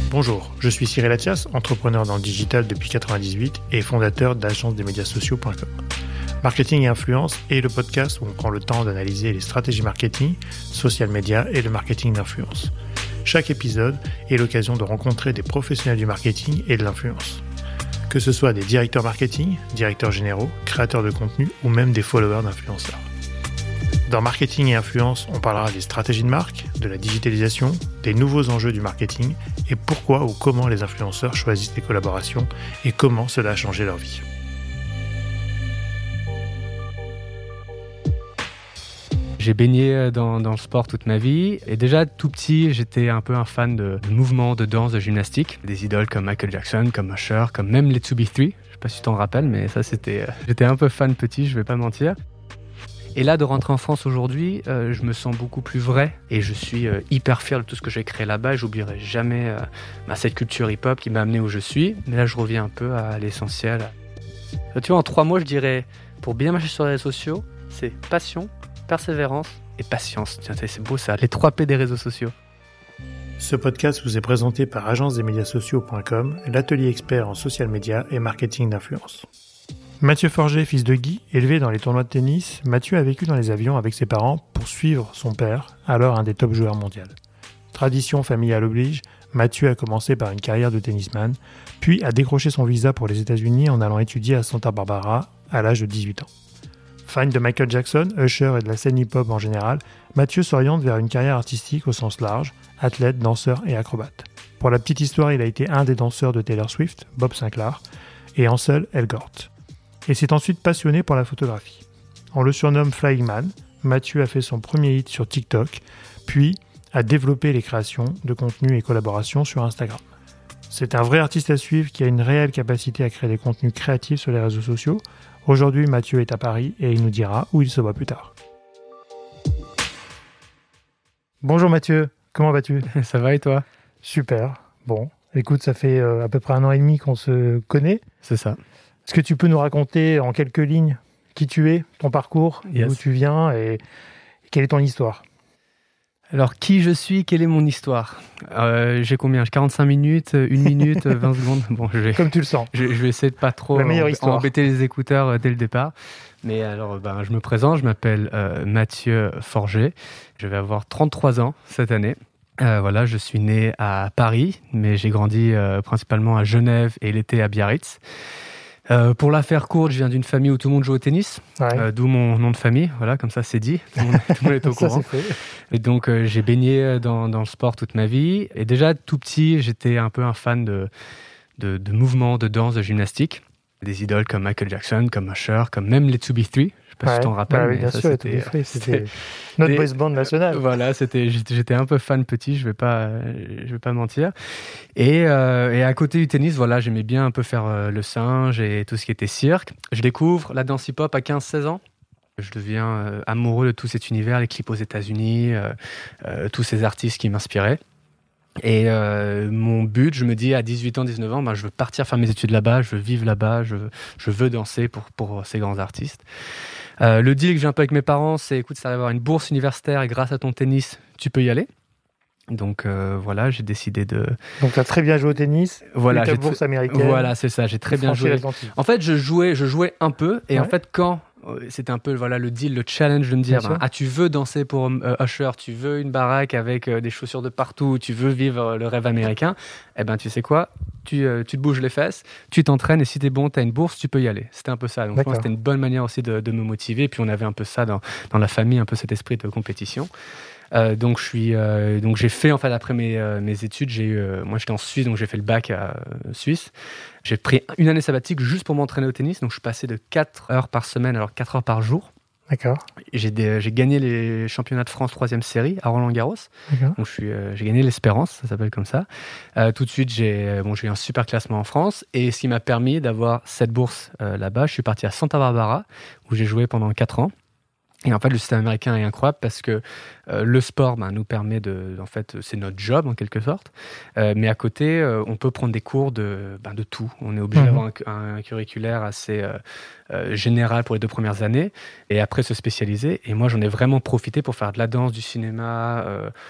Bonjour, je suis Cyril Attias, entrepreneur dans le digital depuis 1998 et fondateur d'agence-des-médias-sociaux.com. Marketing et influence est le podcast où on prend le temps d'analyser les stratégies marketing, social media et le marketing d'influence. Chaque épisode est l'occasion de rencontrer des professionnels du marketing et de l'influence. Que ce soit des directeurs marketing, directeurs généraux, créateurs de contenu ou même des followers d'influenceurs. Dans Marketing et Influence, on parlera des stratégies de marque, de la digitalisation, des nouveaux enjeux du marketing et pourquoi ou comment les influenceurs choisissent les collaborations et comment cela a changé leur vie. J'ai baigné dans le sport toute ma vie et déjà tout petit, j'étais un peu un fan de mouvements, de danse, de gymnastique. Des idoles comme Michael Jackson, comme Usher, comme même les 2B3. Je sais pas si tu t'en rappelles, mais ça j'étais un peu fan petit, je vais pas mentir. Et là, de rentrer en France aujourd'hui, je me sens beaucoup plus vrai et je suis hyper fier de tout ce que j'ai créé là-bas. Et j'oublierai jamais cette culture hip-hop qui m'a amené où je suis. Mais là, je reviens un peu à l'essentiel. Tu vois, en 3 mots, je dirais, pour bien marcher sur les réseaux sociaux, c'est passion, persévérance et patience. Tiens, c'est beau ça, les 3 P des réseaux sociaux. Ce podcast vous est présenté par agence-des-médias-sociaux.com, l'atelier expert en social media et marketing d'influence. Mathieu Forget, fils de Guy, élevé dans les tournois de tennis, Mathieu a vécu dans les avions avec ses parents pour suivre son père, alors un des top joueurs mondiaux. Tradition familiale oblige, Mathieu a commencé par une carrière de tennisman, puis a décroché son visa pour les États-Unis en allant étudier à Santa Barbara à l'âge de 18 ans. Fan de Michael Jackson, Usher et de la scène hip-hop en général, Mathieu s'oriente vers une carrière artistique au sens large, athlète, danseur et acrobate. Pour la petite histoire, il a été un des danseurs de Taylor Swift, Bob Sinclair, et Ansel Elgort. Et s'est ensuite passionné pour la photographie. On le surnomme Flying Man. Mathieu a fait son premier hit sur TikTok, puis a développé les créations de contenu et collaborations sur Instagram. C'est un vrai artiste à suivre qui a une réelle capacité à créer des contenus créatifs sur les réseaux sociaux. Aujourd'hui, Mathieu est à Paris et il nous dira où il se voit plus tard. Bonjour Mathieu, comment vas-tu ? Ça va et toi ? Super, bon. Écoute, ça fait à peu près 1 an et demi qu'on se connaît. C'est ça. Est-ce que tu peux nous raconter en quelques lignes qui tu es, ton parcours, d'où tu viens et quelle est ton histoire ? Alors, qui je suis, quelle est mon histoire ? J'ai combien ? 45 minutes, 1 minute, 20 secondes. Bon, comme tu le sens. Je vais essayer de pas trop embêter les écouteurs dès le départ. Mais alors, je me présente, je m'appelle Mathieu Forget. Je vais avoir 33 ans cette année. Voilà, je suis né à Paris, mais j'ai grandi principalement à Genève et l'été à Biarritz. Pour la faire courte, je viens d'une famille où tout le monde joue au tennis, d'où mon nom de famille, voilà, comme ça c'est dit, tout le monde est au courant. Ça, c'est fait. Et donc j'ai baigné dans le sport toute ma vie, et déjà tout petit, j'étais un peu un fan de mouvements, de danse, de gymnastique. Des idoles comme Michael Jackson, comme Usher, comme même les 2B3. Je sais pas si tu t'en rappelles. Oui, bien sûr, c'était notre boys band national. Voilà, j'étais un peu fan petit, je vais pas mentir. Et à côté du tennis, voilà, j'aimais bien un peu faire le singe et tout ce qui était cirque. Je découvre la danse hip-hop à 15-16 ans. Je deviens amoureux de tout cet univers, les clips aux États-Unis, tous ces artistes qui m'inspiraient. Et mon but, je me dis à 18 ans, 19 ans, je veux partir faire mes études là-bas, je veux vivre là-bas, je veux danser pour ces grands artistes. Le deal que j'ai un peu avec mes parents, c'est écoute, ça va avoir une bourse universitaire et grâce à ton tennis, tu peux y aller. Donc voilà, j'ai décidé de... Donc tu as très bien joué au tennis, voilà, ta bourse américaine. Voilà, c'est ça, j'ai très bien joué. En fait, je jouais un peu et en fait quand... C'était un peu le deal, le challenge de me dire tu veux danser pour Usher, tu veux une baraque avec des chaussures de partout, tu veux vivre le rêve américain, tu sais quoi, tu te bouges les fesses, tu t'entraînes et si t'es bon, t'as une bourse, tu peux y aller. C'était un peu ça. Donc moi, c'était une bonne manière aussi de me motiver. Et puis on avait un peu ça dans la famille, un peu cet esprit de compétition. Donc j'ai fait en fait après mes études, moi j'étais en Suisse, donc j'ai fait le bac à Suisse. J'ai pris 1 année sabbatique juste pour m'entraîner au tennis, donc je suis passé de 4 heures par semaine, alors 4 heures par jour. D'accord. J'ai gagné les championnats de France 3e série à Roland-Garros. D'accord. Donc j'ai gagné l'Espérance, ça s'appelle comme ça. Tout de suite, j'ai eu un super classement en France et ce qui m'a permis d'avoir cette bourse là-bas. Je suis parti à Santa Barbara où j'ai joué pendant 4 ans. Et en fait, le système américain est incroyable parce que le sport nous permet en fait, c'est notre job en quelque sorte. Mais à côté, on peut prendre des cours de tout. On est obligé d'avoir un curriculaire assez général pour les 2 premières années et après se spécialiser. Et moi, j'en ai vraiment profité pour faire de la danse, du cinéma,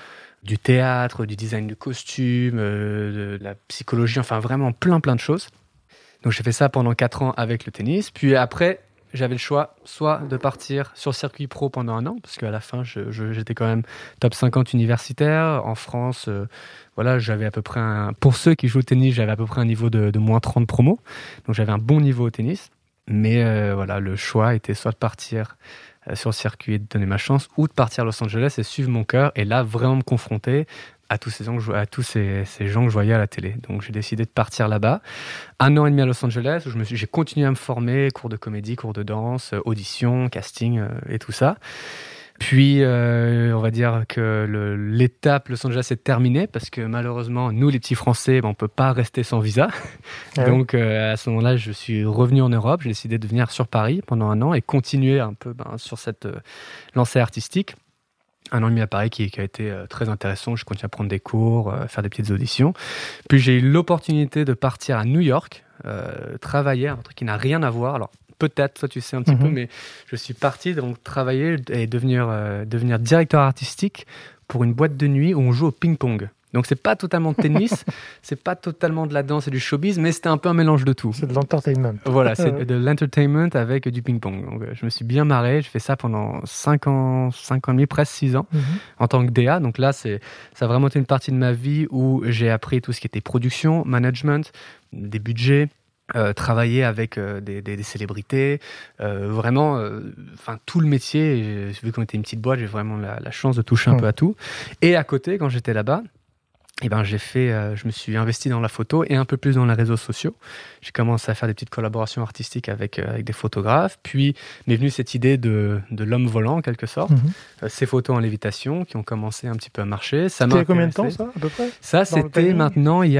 du théâtre, du design du costume, de la psychologie, enfin vraiment plein de choses. Donc j'ai fait ça pendant 4 ans avec le tennis. Puis après, j'avais le choix soit de partir sur le circuit pro pendant 1 an, parce qu'à la fin, j'étais quand même top 50 universitaire. En France, voilà, j'avais à peu près pour ceux qui jouent au tennis, j'avais à peu près un niveau de moins 30 promo. Donc j'avais un bon niveau au tennis. Mais voilà, le choix était soit de partir sur le circuit et de donner ma chance, ou de partir à Los Angeles et suivre mon cœur, et là, vraiment me confronter à tous ces gens que je voyais à la télé. Donc j'ai décidé de partir là-bas. 1 an et demi à Los Angeles, où j'ai continué à me former, cours de comédie, cours de danse, audition, casting et tout ça. Puis, on va dire que l'étape Los Angeles est terminée, parce que malheureusement, nous, les petits Français, on ne peut pas rester sans visa. Donc, à ce moment-là, je suis revenu en Europe. J'ai décidé de venir sur Paris pendant 1 an et continuer un peu sur cette lancée artistique. 1 an et demi à Paris qui a été très intéressant. Je continue à prendre des cours, faire des petites auditions. Puis j'ai eu l'opportunité de partir à New York, travailler, un truc qui n'a rien à voir. Alors peut-être, toi tu sais un petit peu, mais je suis parti donc travailler et devenir directeur artistique pour une boîte de nuit où on joue au ping-pong. Donc c'est pas totalement de tennis, c'est pas totalement de la danse et du showbiz, mais c'était un peu un mélange de tout. C'est de l'entertainment. Voilà, c'est de l'entertainment avec du ping-pong. Donc je me suis bien marré, j'ai fait ça pendant 5 ans et demi, presque 6 ans, en tant que DA. Donc là, ça a vraiment été une partie de ma vie où j'ai appris tout ce qui était production, management, des budgets, travailler avec des célébrités, vraiment, tout le métier. Et vu qu'on était une petite boîte, j'ai vraiment la chance de toucher un peu à tout. Et à côté, quand j'étais là-bas, je me suis investi dans la photo et un peu plus dans les réseaux sociaux. J'ai commencé à faire des petites collaborations artistiques avec des photographes. Puis m'est venue cette idée de l'homme volant, en quelque sorte. Ces photos en lévitation qui ont commencé un petit peu à marcher. C'était il y a combien de temps, ça, à peu près? Ça, c'était maintenant, il y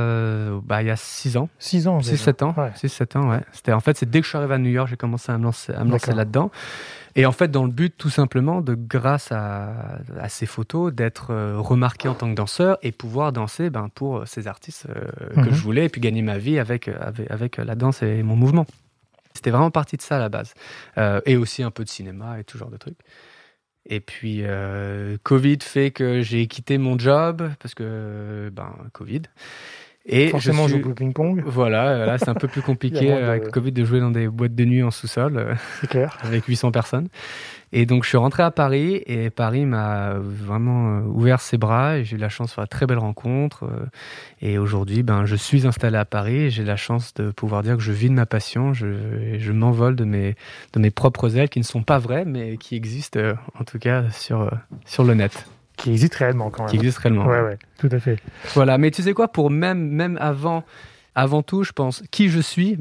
a 6 ans. 6 ans, 6-7 ans. 6-7 ans, ouais. C'est dès que je suis arrivé à New York, j'ai commencé à me lancer là-dedans. Et en fait, dans le but, tout simplement, grâce à ces photos, d'être remarqué en tant que danseur et pouvoir danser pour ces artistes que je voulais, et puis gagner ma vie avec la danse et mon mouvement. C'était vraiment partie de ça à la base. Et aussi un peu de cinéma et tout genre de trucs. Et puis, Covid fait que j'ai quitté mon job, parce que, Covid. Et forcément, je joue au ping-pong. Voilà, là c'est un peu plus compliqué avec le Covid de jouer dans des boîtes de nuit en sous-sol. C'est clair. Avec 800 personnes. Et donc je suis rentré à Paris, et Paris m'a vraiment ouvert ses bras, et j'ai eu la chance de faire de très belles rencontres. Et aujourd'hui, je suis installé à Paris, et j'ai la chance de pouvoir dire que je vis de ma passion. Je m'envole de mes propres ailes, qui ne sont pas vraies, mais qui existent en tout cas sur le net. Qui existe réellement quand même. Qui existe réellement. Ouais, tout à fait. Voilà, mais tu sais quoi, pour même avant tout, je pense, qui je suis,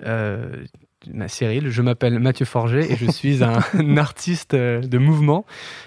Cyril, je m'appelle Mathieu Forget et je suis un artiste de mouvement.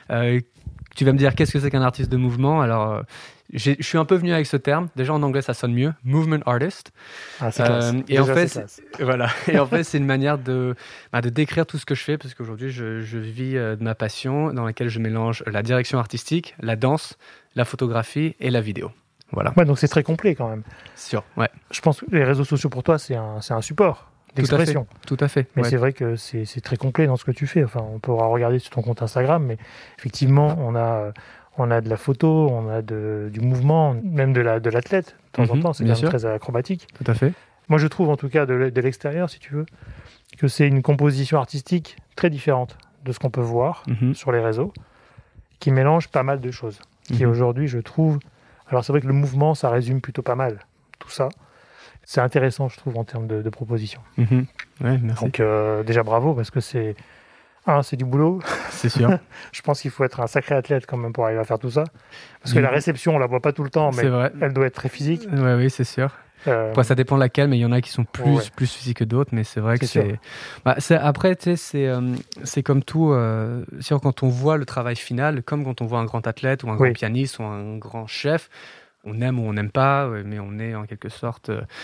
Tu vas me dire, qu'est-ce que c'est qu'un artiste de mouvement? Alors, je suis un peu venu avec ce terme. Déjà, en anglais, ça sonne mieux. Movement artist. Ah, c'est classe. Et déjà, en fait, voilà. Et en fait, c'est une manière de décrire tout ce que je fais, parce qu'aujourd'hui, je vis de ma passion, dans laquelle je mélange la direction artistique, la danse, la photographie et la vidéo. Voilà. Ouais, donc c'est très complet quand même. Sûr, ouais. Je pense que les réseaux sociaux, pour toi, c'est un support d'expression. Tout à fait. Mais c'est vrai que c'est très complet dans ce que tu fais. Enfin, on pourra regarder sur ton compte Instagram, mais effectivement, on a de la photo, on a du mouvement, même de l'athlète. De temps en temps, c'est quand même très acrobatique. Tout à fait. Moi, je trouve, en tout cas, de l'extérieur, si tu veux, que c'est une composition artistique très différente de ce qu'on peut voir sur les réseaux, qui mélange pas mal de choses. Qui aujourd'hui, je trouve... Alors, c'est vrai que le mouvement, ça résume plutôt pas mal tout ça. C'est intéressant, je trouve, en termes de propositions. Ouais, merci. Donc, déjà, bravo, parce que c'est du boulot. C'est sûr. Je pense qu'il faut être un sacré athlète quand même pour arriver à faire tout ça. Parce que la réception, on la voit pas tout le temps, mais elle doit être très physique. Oui, c'est sûr. Ça dépend de laquelle, mais il y en a qui sont plus physiques que d'autres, mais c'est vrai que après, tu sais, c'est comme tout. Quand on voit le travail final, comme quand on voit un grand athlète ou un grand pianiste ou un grand chef, on aime ou on n'aime pas, mais on est en quelque sorte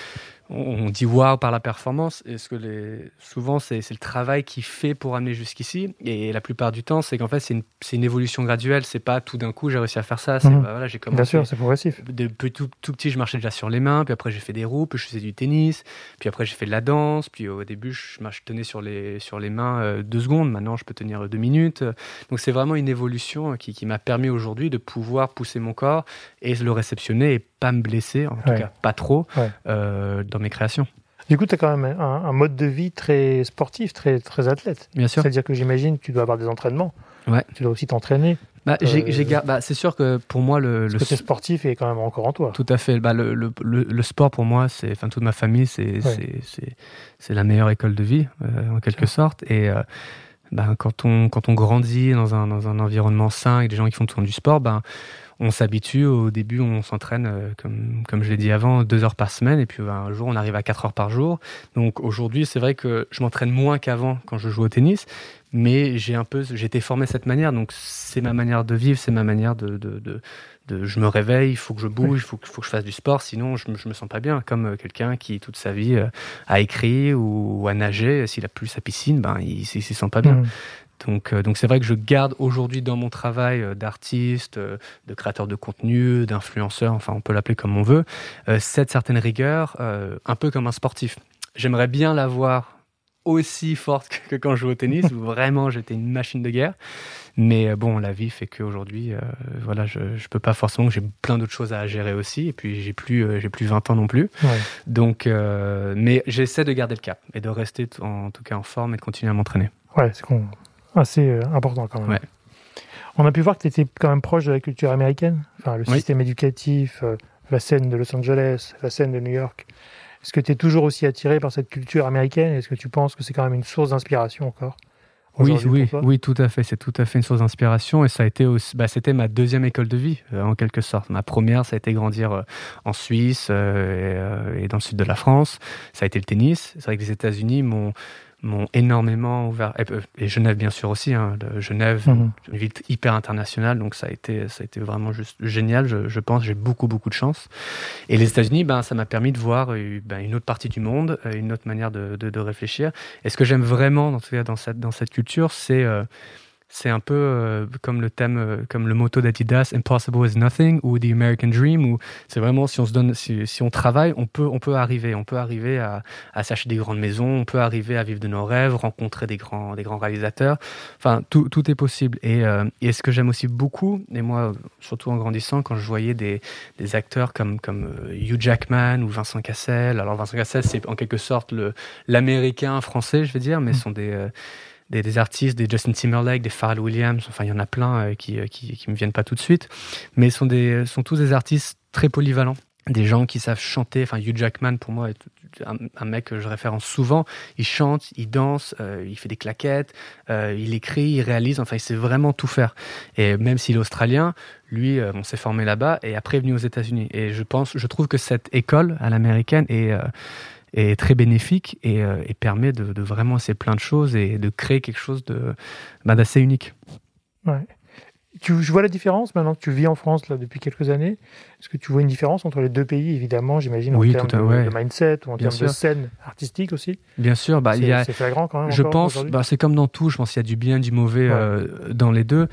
on dit waouh par la performance, et souvent c'est le travail qui fait pour amener jusqu'ici, et la plupart du temps c'est qu'en fait c'est une évolution graduelle, c'est pas tout d'un coup j'ai réussi à faire ça, voilà, j'ai commencé. Bien sûr, c'est progressif. Depuis tout petit je marchais déjà sur les mains, puis après j'ai fait des roues, puis je faisais du tennis, puis après j'ai fait de la danse, puis au début je tenais sur les mains 2 secondes, maintenant je peux tenir 2 minutes, donc c'est vraiment une évolution qui m'a permis aujourd'hui de pouvoir pousser mon corps et le réceptionner et pas me blesser, en tout cas pas trop, dans mes créations. Du coup, tu as quand même un mode de vie très sportif, très, très athlète. Bien sûr. C'est-à-dire que j'imagine que tu dois avoir des entraînements. Ouais. Tu dois aussi t'entraîner. C'est sûr que pour moi, le côté sportif est quand même encore en toi. Tout à fait. Le sport, pour moi, toute ma famille, c'est la meilleure école de vie, en quelque sorte. Et quand on grandit dans un environnement sain avec des gens qui font du sport, on s'habitue. Au début, on s'entraîne, comme je l'ai dit avant, 2 heures par semaine. Et puis un jour, on arrive à 4 heures par jour. Donc aujourd'hui, c'est vrai que je m'entraîne moins qu'avant quand je joue au tennis. Mais j'ai été formé de cette manière. Donc c'est ma manière de vivre, c'est ma manière je me réveille, il faut que je bouge, il faut que je fasse du sport. Sinon, je me sens pas bien. Comme quelqu'un qui, toute sa vie, a écrit ou a nagé. S'il a plus sa piscine, il s'y sent pas bien. Donc c'est vrai que je garde aujourd'hui dans mon travail d'artiste, de créateur de contenu, d'influenceur, enfin on peut l'appeler comme on veut, cette certaine rigueur, un peu comme un sportif. J'aimerais bien l'avoir aussi forte que quand je jouais au tennis, où vraiment j'étais une machine de guerre. Mais la vie fait qu'aujourd'hui, je peux pas forcément, j'ai plein d'autres choses à gérer aussi, et puis j'ai plus 20 ans non plus. Ouais. Donc, mais j'essaie de garder le cap et de rester en tout cas en forme et de continuer à m'entraîner. Ouais, c'est assez important quand même. Ouais. On a pu voir que tu étais quand même proche de la culture américaine, enfin le système éducatif, la scène de Los Angeles, la scène de New York. Est-ce que tu es toujours aussi attiré par cette culture américaine? Est-ce que tu penses que c'est quand même une source d'inspiration encore? Oui, tout à fait. C'est tout à fait une source d'inspiration, et ça a été c'était ma deuxième école de vie, en quelque sorte. Ma première, ça a été grandir en Suisse et dans le sud de la France. Ça a été le tennis. C'est vrai que les États-Unis m'ont énormément ouvert, et Genève bien sûr aussi, Genève, une ville hyper internationale, donc ça a été vraiment juste génial, je pense, j'ai beaucoup de chance. Et les États-Unis, ça m'a permis de voir une autre partie du monde, une autre manière de réfléchir. Et ce que j'aime vraiment, en tout cas dans cette culture, c'est un peu comme le thème, comme le motto d'Adidas, Impossible is nothing, ou The American Dream, où c'est vraiment si on travaille, on peut arriver à s'acheter des grandes maisons, on peut arriver à vivre de nos rêves, rencontrer des grands réalisateurs. Enfin, tout est possible. Et ce que j'aime aussi beaucoup, et moi, surtout en grandissant, quand je voyais des acteurs comme Hugh Jackman ou Vincent Cassel. Alors Vincent Cassel, c'est en quelque sorte l'américain français, je veux dire, mais ce sont des artistes, des Justin Timberlake, des Pharrell Williams, enfin il y en a plein qui me viennent pas tout de suite, mais sont tous des artistes très polyvalents, des gens qui savent chanter. Enfin Hugh Jackman pour moi est un mec que je référence souvent. Il chante, il danse, il fait des claquettes, il écrit, il réalise, enfin il sait vraiment tout faire. Et même s'il est australien, lui on s'est formé là-bas et après est venu aux États-Unis. Et je trouve que cette école à l'américaine est très bénéfique et permet de vraiment essayer plein de choses et de créer quelque chose d'assez unique. Ouais. Je vois la différence maintenant que tu vis en France là, depuis quelques années. Est-ce que tu vois une différence entre les deux pays, évidemment, j'imagine, en termes de mindset ou en termes de scène artistique aussi? Bien sûr. C'est flagrant quand même. Je pense, c'est comme dans tout, je pense qu'il y a du bien, du mauvais dans les deux.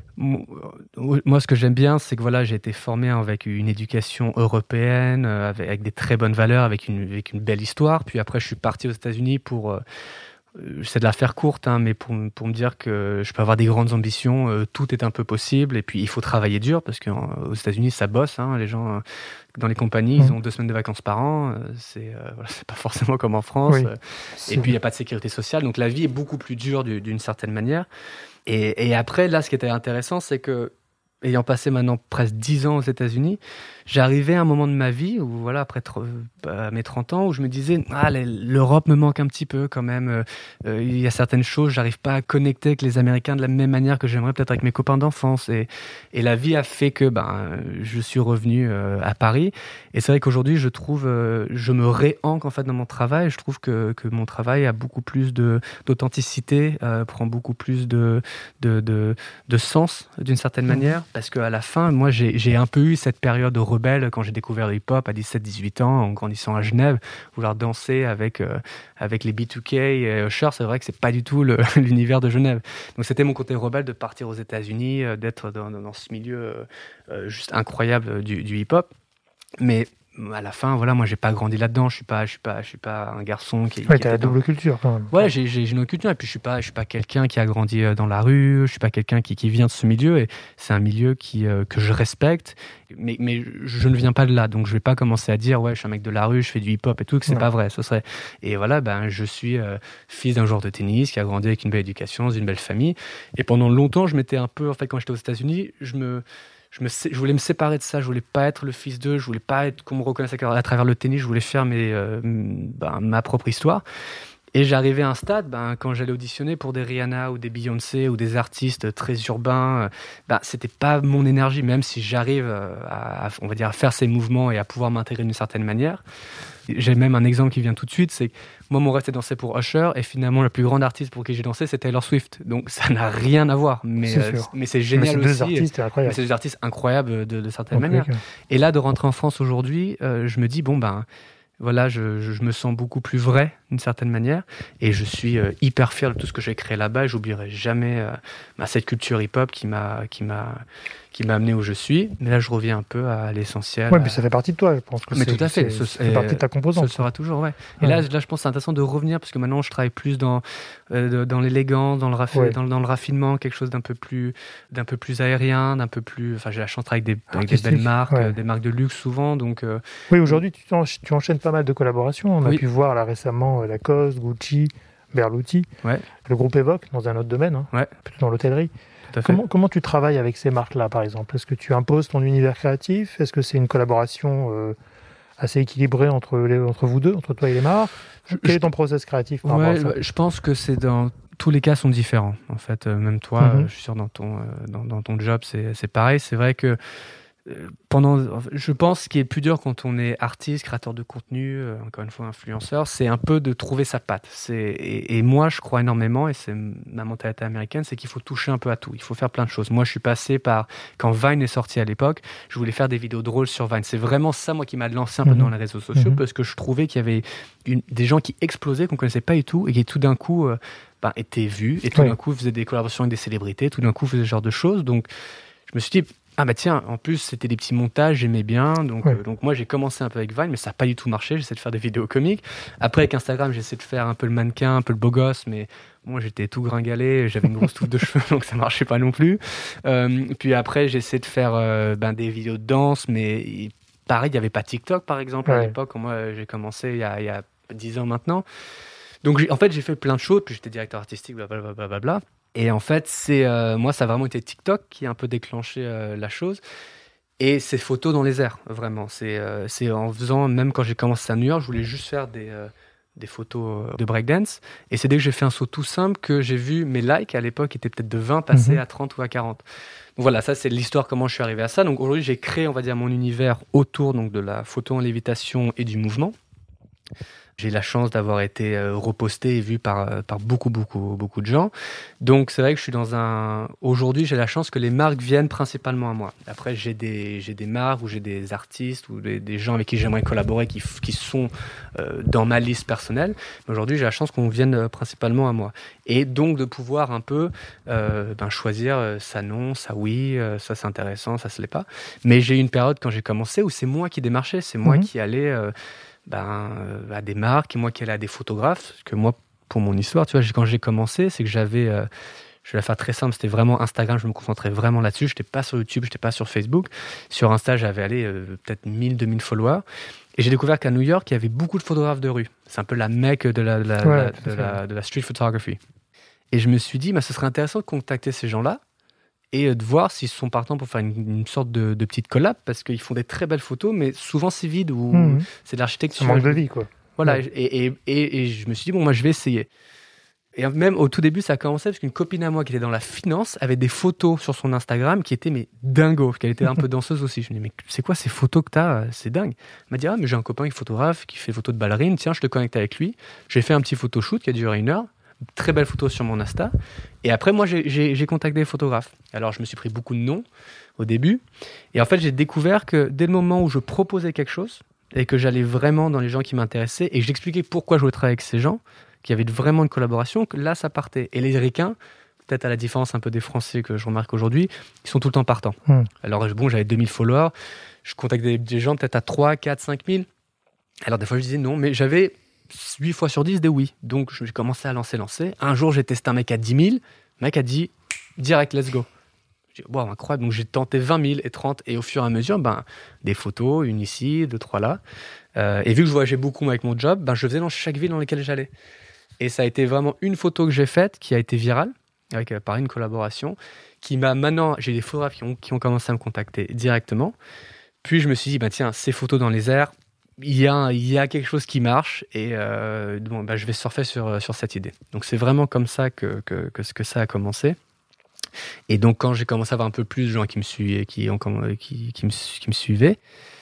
Moi, ce que j'aime bien, c'est que j'ai été formé avec une éducation européenne, avec des très bonnes valeurs, avec une belle histoire. Puis après, je suis parti aux États-Unis pour... c'est de la faire courte, mais pour me dire que je peux avoir des grandes ambitions, tout est un peu possible. Et puis, il faut travailler dur, parce qu'aux États-Unis, ça bosse. Les gens dans les compagnies, ils ont 2 semaines de vacances par an. C'est pas forcément comme en France. Oui. Et puis, il n'y a pas de sécurité sociale. Donc, la vie est beaucoup plus dure d'une certaine manière. Et après, là, ce qui était intéressant, c'est que, ayant passé maintenant presque 10 ans aux États-Unis, j'arrivais à un moment de ma vie où, après mes 30 ans, où je me disais, l'Europe me manque un petit peu quand même. Il y a certaines choses, j'arrive pas à connecter avec les Américains de la même manière que j'aimerais peut-être avec mes copains d'enfance. Et la vie a fait que je suis revenu à Paris. Et c'est vrai qu'aujourd'hui, je trouve, je me réancre en fait dans mon travail. Je trouve que mon travail a beaucoup plus d'authenticité, prend beaucoup plus de sens d'une certaine manière. parce qu'à la fin, moi, j'ai un peu eu cette période rebelle quand j'ai découvert le hip-hop à 17-18 ans, en grandissant à Genève, vouloir danser avec les B2K et Usher. C'est vrai que c'est pas du tout l'univers de Genève. Donc c'était mon côté rebelle de partir aux États-Unis, d'être dans ce milieu juste incroyable du hip-hop. Mais à la fin, voilà, moi j'ai pas grandi là-dedans. Je suis pas un garçon qui. Ouais, t'as la double culture quand même. Ouais, j'ai une autre culture et puis je suis pas quelqu'un qui a grandi dans la rue. Je suis pas quelqu'un qui vient de ce milieu et c'est un milieu que je respecte. Mais je ne viens pas de là, donc je vais pas commencer à dire ouais, je suis un mec de la rue, je fais du hip-hop et tout, que c'est pas vrai. Ce serait. Et voilà, je suis fils d'un joueur de tennis qui a grandi avec une belle éducation, dans une belle famille. Et pendant longtemps, je m'étais un peu, en fait, quand j'étais aux États-Unis, je voulais me séparer de ça, je voulais pas être le fils d'eux, je voulais pas être qu'on me reconnaisse à travers le tennis, je voulais faire ma propre histoire. Et j'arrivais à un stade, quand j'allais auditionner pour des Rihanna ou des Beyoncé ou des artistes très urbains, c'était pas mon énergie, même si j'arrive on va dire, à faire ces mouvements et à pouvoir m'intégrer d'une certaine manière. J'ai même un exemple qui vient tout de suite, c'est que moi, mon rêve, c'était danser pour Usher, et finalement, la plus grande artiste pour qui j'ai dansé, c'est Taylor Swift. Donc, ça n'a rien à voir, mais c'est génial aussi. C'est deux artistes incroyables de certaines manières. Okay. Et là, de rentrer en France aujourd'hui, je me dis, voilà, je me sens beaucoup plus vrai d'une certaine manière et je suis hyper fier de tout ce que j'ai créé là-bas et j'oublierai jamais cette culture hip-hop qui m'a amené où je suis. Mais là, je reviens un peu à l'essentiel. Oui, mais ça fait partie de toi, je pense. Mais tout à fait. Ça fait partie de ta composante. Ça sera toujours, ouais. Et là, je pense que c'est intéressant de revenir parce que maintenant, je travaille plus dans l'élégance, dans le raffinement, quelque chose d'un peu plus aérien, d'un peu plus. Enfin, j'ai la chance de travailler avec des belles marques, des marques de luxe souvent. Donc. Oui, aujourd'hui, tu enchaînes pas mal de collaborations. On a pu voir là récemment Lacoste, Gucci, Berluti, le groupe Evoque dans un autre domaine, plutôt dans l'hôtellerie. Comment tu travailles avec ces marques-là, par exemple ? Est-ce que tu imposes ton univers créatif ? Est-ce que c'est une collaboration assez équilibrée entre vous deux, entre toi et les marques ? Quel est ton process créatif par rapport à ça ? Je pense que tous les cas sont différents. En fait, même toi, je suis sûr dans ton job, c'est pareil. C'est vrai que je pense qu'il est plus dur quand on est artiste, créateur de contenu, encore une fois influenceur, c'est un peu de trouver sa patte. Et moi, je crois énormément, et c'est ma mentalité américaine, c'est qu'il faut toucher un peu à tout. Il faut faire plein de choses. Moi, je suis passé par, quand Vine est sorti à l'époque, je voulais faire des vidéos drôles sur Vine. C'est vraiment ça, moi, qui m'a lancé un peu dans les réseaux sociaux, parce que je trouvais qu'il y avait des gens qui explosaient, qu'on connaissait pas du tout, et qui tout d'un coup étaient vus, et tout d'un coup faisaient des collaborations avec des célébrités, tout d'un coup faisaient ce genre de choses. Donc, je me suis dit, tiens, en plus c'était des petits montages, j'aimais bien, donc moi j'ai commencé un peu avec Vine, mais ça n'a pas du tout marché, j'essaie de faire des vidéos comiques. Après avec Instagram, j'essaie de faire un peu le mannequin, un peu le beau gosse, mais moi j'étais tout gringalé, j'avais une grosse touffe de cheveux, donc ça marchait pas non plus. Puis après j'essaie de faire des vidéos de danse, mais pareil, il n'y avait pas TikTok par exemple à l'époque, quand moi j'ai commencé il y a 10 ans maintenant. Donc en fait j'ai fait plein de choses, puis j'étais directeur artistique, blablabla. Et en fait, moi, ça a vraiment été TikTok qui a un peu déclenché la chose. Et ces photos dans les airs, vraiment. C'est en faisant, même quand j'ai commencé à New York, je voulais juste faire des photos de breakdance. Et c'est dès que j'ai fait un saut tout simple que j'ai vu mes likes, à l'époque, étaient peut-être de 20 passer à 30 ou à 40. Donc voilà, ça, c'est l'histoire, comment je suis arrivé à ça. Donc aujourd'hui, j'ai créé, on va dire, mon univers autour de la photo en lévitation et du mouvement. J'ai la chance d'avoir été reposté et vu par beaucoup de gens. Donc, c'est vrai que je suis aujourd'hui, j'ai la chance que les marques viennent principalement à moi. Après, j'ai des marques ou j'ai des artistes ou des gens avec qui j'aimerais collaborer qui sont dans ma liste personnelle. Mais aujourd'hui, j'ai la chance qu'on vienne principalement à moi. Et donc, de pouvoir un peu choisir ça non, ça oui, ça c'est intéressant, ça se l'est pas. Mais j'ai eu une période quand j'ai commencé où c'est moi qui démarchais, c'est moi qui allais... à des marques et moi qui allais à des photographes, que moi pour mon histoire, tu vois, quand j'ai commencé, c'est que je vais la faire très simple, c'était vraiment Instagram, je me concentrais vraiment là-dessus, j'étais pas sur YouTube, j'étais pas sur Facebook. Sur Insta, j'avais peut-être 1000-2000 followers et j'ai découvert qu'à New York, il y avait beaucoup de photographes de rue. C'est un peu la mecque de la street photography. Et je me suis dit, ce serait intéressant de contacter ces gens-là et de voir s'ils sont partants pour faire une sorte de petite collab, parce qu'ils font des très belles photos, mais souvent c'est vide, ou c'est de l'architecture. Ça manque de vie, quoi. Voilà, et je me suis dit, moi je vais essayer. Et même au tout début, ça a commencé parce qu'une copine à moi qui était dans la finance avait des photos sur son Instagram qui étaient dingo, qu'elle était un peu danseuse aussi. Je me dis, mais c'est quoi ces photos que t'as ? C'est dingue. Elle m'a dit, mais j'ai un copain qui est photographe, qui fait photos de ballerines, tiens, je te connecte avec lui. J'ai fait un petit photoshoot qui a duré 1 heure. Très belle photo sur mon Insta. Et après, moi, j'ai contacté des photographes. Alors, je me suis pris beaucoup de noms. au début. Et en fait, j'ai découvert que dès le moment où je proposais quelque chose et que j'allais vraiment dans les gens qui m'intéressaient et que j'expliquais pourquoi je voulais travailler avec ces gens, qu'il y avait vraiment une collaboration, que là, ça partait. Et les Ricains, peut-être à la différence un peu des Français que je remarque aujourd'hui, ils sont tout le temps partants. Alors bon, j'avais 2000 followers, je contactais des gens peut-être à 3, 4, 5000. Alors des fois, je disais non, mais j'avais 8 fois sur 10 des oui. Donc, j'ai commencé à lancer. Un jour, j'ai testé un mec à 10 000. Le mec a dit, direct, let's go. J'ai dit, wow, incroyable. Donc, j'ai tenté 20 000 et 30. Et au fur et à mesure, des photos, une ici, 2, 3 là. Et vu que je voyageais beaucoup avec mon job, je faisais dans chaque ville dans laquelle j'allais. Et ça a été vraiment une photo que j'ai faite qui a été virale, avec pareil, une collaboration, qui m'a maintenant... J'ai des photographes qui ont commencé à me contacter directement. Puis, je me suis dit, tiens, ces photos dans les airs, il y a quelque chose qui marche et je vais surfer sur cette idée. Donc c'est vraiment comme ça que ça a commencé. Et donc quand j'ai commencé à avoir un peu plus de gens qui me suivaient, qui me suivaient,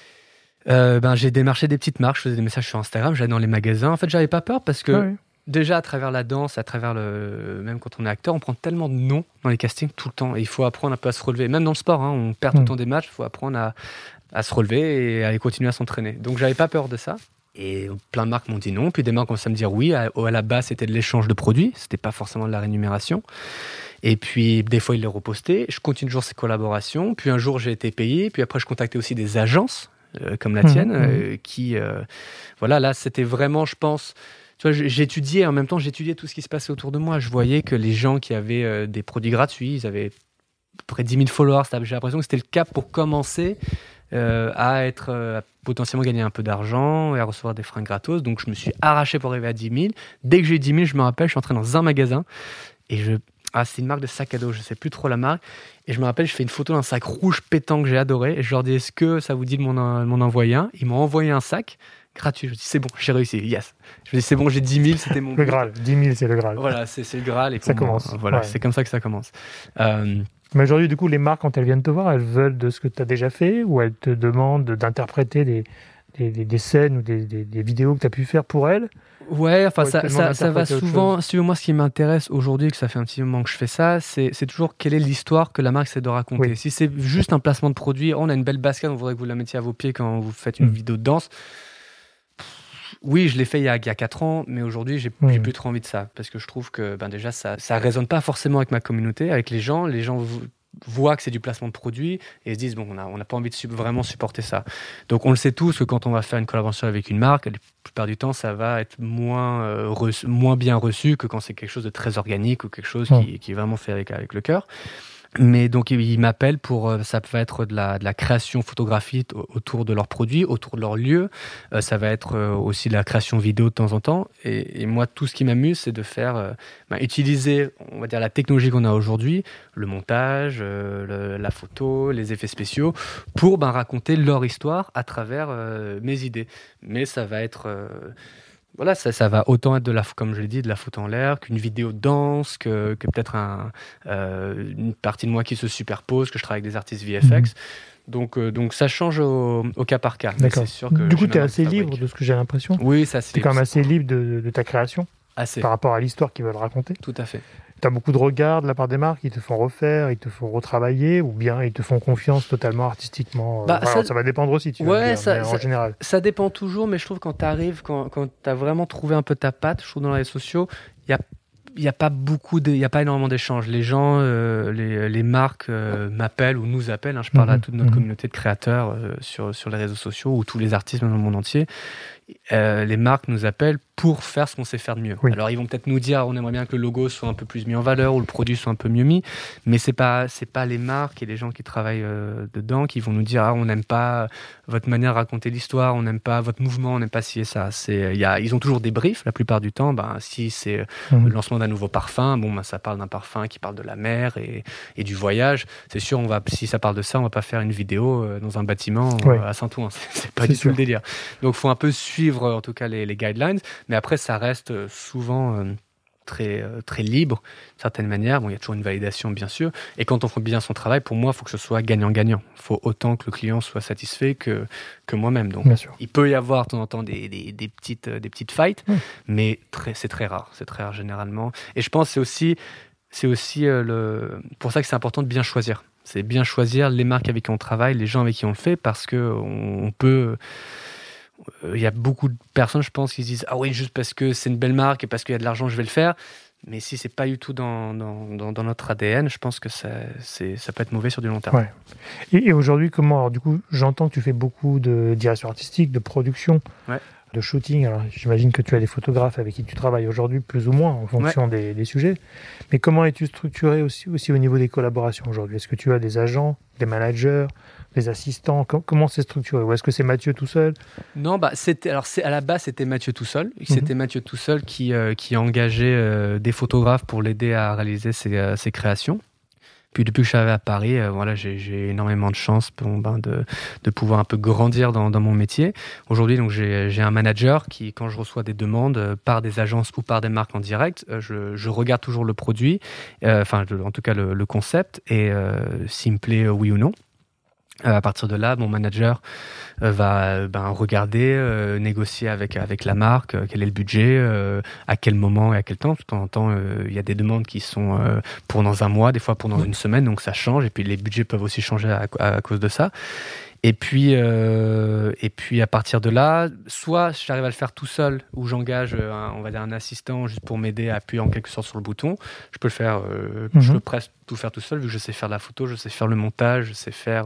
j'ai démarché des petites marques, je faisais des messages sur Instagram, j'allais dans les magasins. En fait, j'avais pas peur parce que déjà à travers la danse, à travers même quand on est acteur, on prend tellement de noms dans les castings tout le temps et il faut apprendre un peu à se relever. Même dans le sport, on perd tout le temps des matchs, il faut apprendre à se relever et à continuer à s'entraîner. Donc, j'avais pas peur de ça. Et plein de marques m'ont dit non. Puis des marques ont commencé à me dire oui. À la base, c'était de l'échange de produits. C'était pas forcément de la rémunération. Et puis, des fois, ils les repostaient. Je continue toujours ces collaborations. Puis un jour, j'ai été payé. Puis après, je contactais aussi des agences comme la tienne qui... là, c'était vraiment, je pense... Tu vois, j'étudiais, en même temps, j'étudiais tout ce qui se passait autour de moi. Je voyais que les gens qui avaient des produits gratuits, ils avaient à peu près 10 000 followers. J'ai l'impression que c'était le cap pour commencer à potentiellement gagner un peu d'argent et à recevoir des fringues gratos. Donc, je me suis arraché pour arriver à 10 000. Dès que j'ai eu 10 000, je me rappelle, je suis entré dans un magasin et c'est une marque de sac à dos, je sais plus trop la marque. Et je me rappelle, je fais une photo d'un sac rouge pétant que j'ai adoré. Et je leur dis, est-ce que ça vous dit de m'en envoyer un? Ils m'ont envoyé un sac gratuit. Je me dis, c'est bon, j'ai réussi, yes. Je me dis, c'est bon, j'ai 10 000, c'était mon Le Graal, 10 000, c'est le Graal. Voilà, c'est le Graal. Et ça commence. Voilà, c'est comme ça que ça commence. Mais aujourd'hui, du coup, les marques, quand elles viennent te voir, elles veulent de ce que tu as déjà fait ou elles te demandent d'interpréter des scènes ou des vidéos que tu as pu faire pour elles? Ouais, enfin, ça va souvent. Si moi, ce qui m'intéresse aujourd'hui, que ça fait un petit moment que je fais ça, c'est toujours quelle est l'histoire que la marque essaie de raconter. Oui. Si c'est juste un placement de produit, on a une belle basket, on voudrait que vous la mettiez à vos pieds quand vous faites une vidéo de danse. Oui, je l'ai fait il y a 4 ans, mais aujourd'hui, j'ai plus trop envie de ça. Parce que je trouve que déjà, ça résonne pas forcément avec ma communauté, avec les gens. Les gens voient que c'est du placement de produit et se disent, bon, on n'a pas envie de vraiment supporter ça. Donc, on le sait tous que quand on va faire une collaboration avec une marque, la plupart du temps, ça va être moins bien reçu que quand c'est quelque chose de très organique ou quelque chose qui est vraiment fait avec le cœur. Mais donc ils m'appellent pour ça va être de la création photographique autour de leurs produits, autour de leur lieu. Ça va être aussi de la création vidéo de temps en temps. Et moi, tout ce qui m'amuse, c'est de faire utiliser, on va dire, la technologie qu'on a aujourd'hui, le montage, la photo, les effets spéciaux, pour raconter leur histoire à travers mes idées. Mais ça va être voilà, ça va autant être comme je l'ai dit, de la photo en l'air, qu'une vidéo de danse, que peut-être une partie de moi qui se superpose, que je travaille avec des artistes VFX. Donc ça change au cas par cas. D'accord. C'est sûr que du coup, tu es assez libre de ce que j'ai l'impression. Oui, ça c'est. Tu es quand même assez libre de ta création. Assez. Par rapport à l'histoire qu'ils veulent raconter. Tout à fait. Tu as beaucoup de regards de la part des marques, ils te font refaire, ils te font retravailler, ou bien ils te font confiance totalement artistiquement. Ça va dépendre aussi, tu vas dire, mais en général. Ça dépend toujours, mais je trouve que quand tu arrives, quand tu as vraiment trouvé un peu ta patte, je trouve dans les réseaux sociaux, il n'y a pas énormément d'échanges. Les gens, les marques m'appellent ou nous appellent. Je parle à toute notre communauté de créateurs sur les réseaux sociaux ou tous les artistes dans le monde entier. Les marques nous appellent pour faire ce qu'on sait faire de mieux. Oui. Alors ils vont peut-être nous dire on aimerait bien que le logo soit un peu plus mis en valeur ou le produit soit un peu mieux mis, mais c'est pas les marques et les gens qui travaillent dedans qui vont nous dire on n'aime pas votre manière de raconter l'histoire, on n'aime pas votre mouvement, on n'aime pas ci et ça. Ils ont toujours des briefs la plupart du temps. Si c'est le lancement d'un nouveau parfum, ça parle d'un parfum qui parle de la mer et du voyage. C'est sûr, si ça parle de ça, on va pas faire une vidéo dans un bâtiment à Saint-Ouen. C'est pas du tout le délire. Donc faut un peu suivre en tout cas les guidelines. Mais après, ça reste souvent très, très libre, d'une certaine manière. Il y a toujours une validation, bien sûr. Et quand on fait bien son travail, pour moi, il faut que ce soit gagnant-gagnant. Il faut autant que le client soit satisfait que moi-même. Donc, il peut y avoir de temps en temps des petites fights, mais c'est très rare. C'est très rare, généralement. Et je pense que c'est aussi pour ça que c'est important de bien choisir. C'est bien choisir les marques avec qui on travaille, les gens avec qui on le fait, parce que on peut... Il y a beaucoup de personnes, je pense, qui se disent « Ah oui, juste parce que c'est une belle marque et parce qu'il y a de l'argent, je vais le faire ». Mais si c'est pas du tout dans notre ADN, je pense que ça peut être mauvais sur du long terme. Ouais. Et aujourd'hui, comment... Alors, du coup, j'entends que tu fais beaucoup de direction artistique, de production, de shooting. Alors, j'imagine que tu as des photographes avec qui tu travailles aujourd'hui, plus ou moins, en fonction des sujets. Mais comment es-tu structuré aussi au niveau des collaborations aujourd'hui ? Est-ce que tu as des agents, des managers, des assistants ? Comment c'est structuré ? Ou est-ce que c'est Mathieu tout seul ? Non, à la base, c'était Mathieu tout seul. C'était Mathieu tout seul qui engageait des photographes pour l'aider à réaliser ses créations. Puis depuis que je suis arrivé à Paris, j'ai énormément de chance de pouvoir un peu grandir dans mon métier. Aujourd'hui, donc j'ai un manager qui, quand je reçois des demandes par des agences ou par des marques en direct, je regarde toujours le produit, en tout cas le concept, et s'il me plaît oui ou non. À partir de là, mon manager va regarder, négocier avec la marque, quel est le budget, à quel moment et à quel temps. De temps en temps, il y a des demandes qui sont pour dans un mois, des fois pour dans une semaine, donc ça change. Et puis les budgets peuvent aussi changer à cause de ça. Et puis à partir de là, soit j'arrive à le faire tout seul, ou j'engage un assistant juste pour m'aider à appuyer en quelque sorte sur le bouton. Je peux le faire, je peux presque tout faire tout seul, vu que je sais faire la photo, je sais faire le montage, je sais faire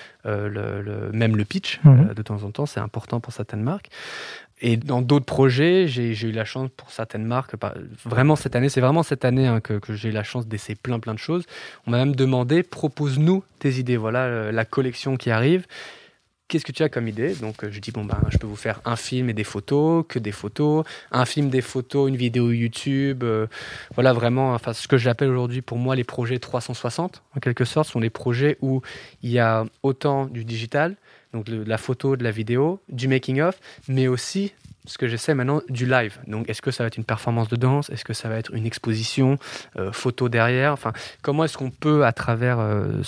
même le pitch de temps en temps. C'est important pour certaines marques. Et dans d'autres projets, j'ai eu la chance pour certaines marques, vraiment cette année, c'est vraiment cette année que j'ai eu la chance d'essayer plein de choses. On m'a même demandé, propose-nous tes idées, voilà la collection qui arrive. Qu'est-ce que tu as comme idée ? Donc je dis, je peux vous faire un film et des photos, que des photos, un film, des photos, une vidéo YouTube. Voilà vraiment, ce que j'appelle aujourd'hui pour moi les projets 360, en quelque sorte, sont les projets où il y a autant du digital, donc de la photo, de la vidéo, du making-of, mais aussi, ce que j'essaie maintenant, du live. Donc, est-ce que ça va être une performance de danse ? Est-ce que ça va être une exposition, photo derrière ? Enfin, comment est-ce qu'on peut, à travers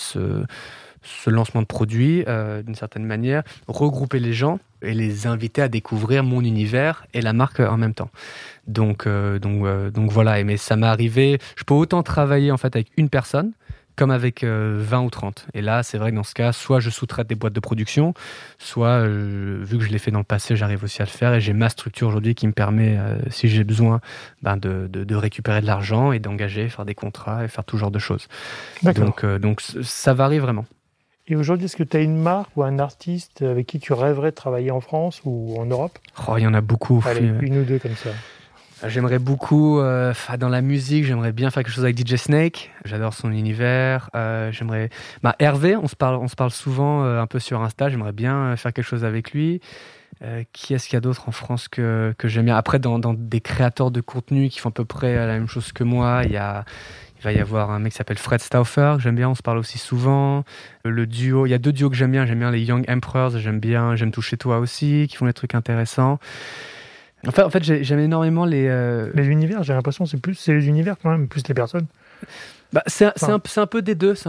ce lancement de produit, d'une certaine manière, regrouper les gens et les inviter à découvrir mon univers et la marque en même temps. Donc voilà. Mais ça m'est arrivé. Je peux autant travailler en fait avec une personne comme avec 20 ou 30. Et là, c'est vrai que dans ce cas, soit je sous-traite des boîtes de production, soit, vu que je l'ai fait dans le passé, j'arrive aussi à le faire. Et j'ai ma structure aujourd'hui qui me permet, si j'ai besoin, de récupérer de l'argent et d'engager, faire des contrats et faire tout genre de choses. Donc ça varie vraiment. Et aujourd'hui, est-ce que tu as une marque ou un artiste avec qui tu rêverais de travailler en France ou en Europe ? Il y en a beaucoup. Allez, une ou deux comme ça. J'aimerais beaucoup, dans la musique, j'aimerais bien faire quelque chose avec DJ Snake. J'adore son univers. J'aimerais, Hervé, on se parle souvent un peu sur Insta. J'aimerais bien faire quelque chose avec lui. Qui est-ce qu'il y a d'autre en France que j'aime bien ? Après, dans des créateurs de contenu qui font à peu près la même chose que moi, il va y avoir un mec qui s'appelle Fred Stauffer, que j'aime bien, on se parle aussi souvent. Le duo, il y a deux duos que j'aime bien les Young Emperors, j'aime Toucher Toi aussi, qui font des trucs intéressants. En fait, j'aime énormément les univers, j'ai l'impression que c'est les univers quand même, plus les personnes. C'est un peu des deux,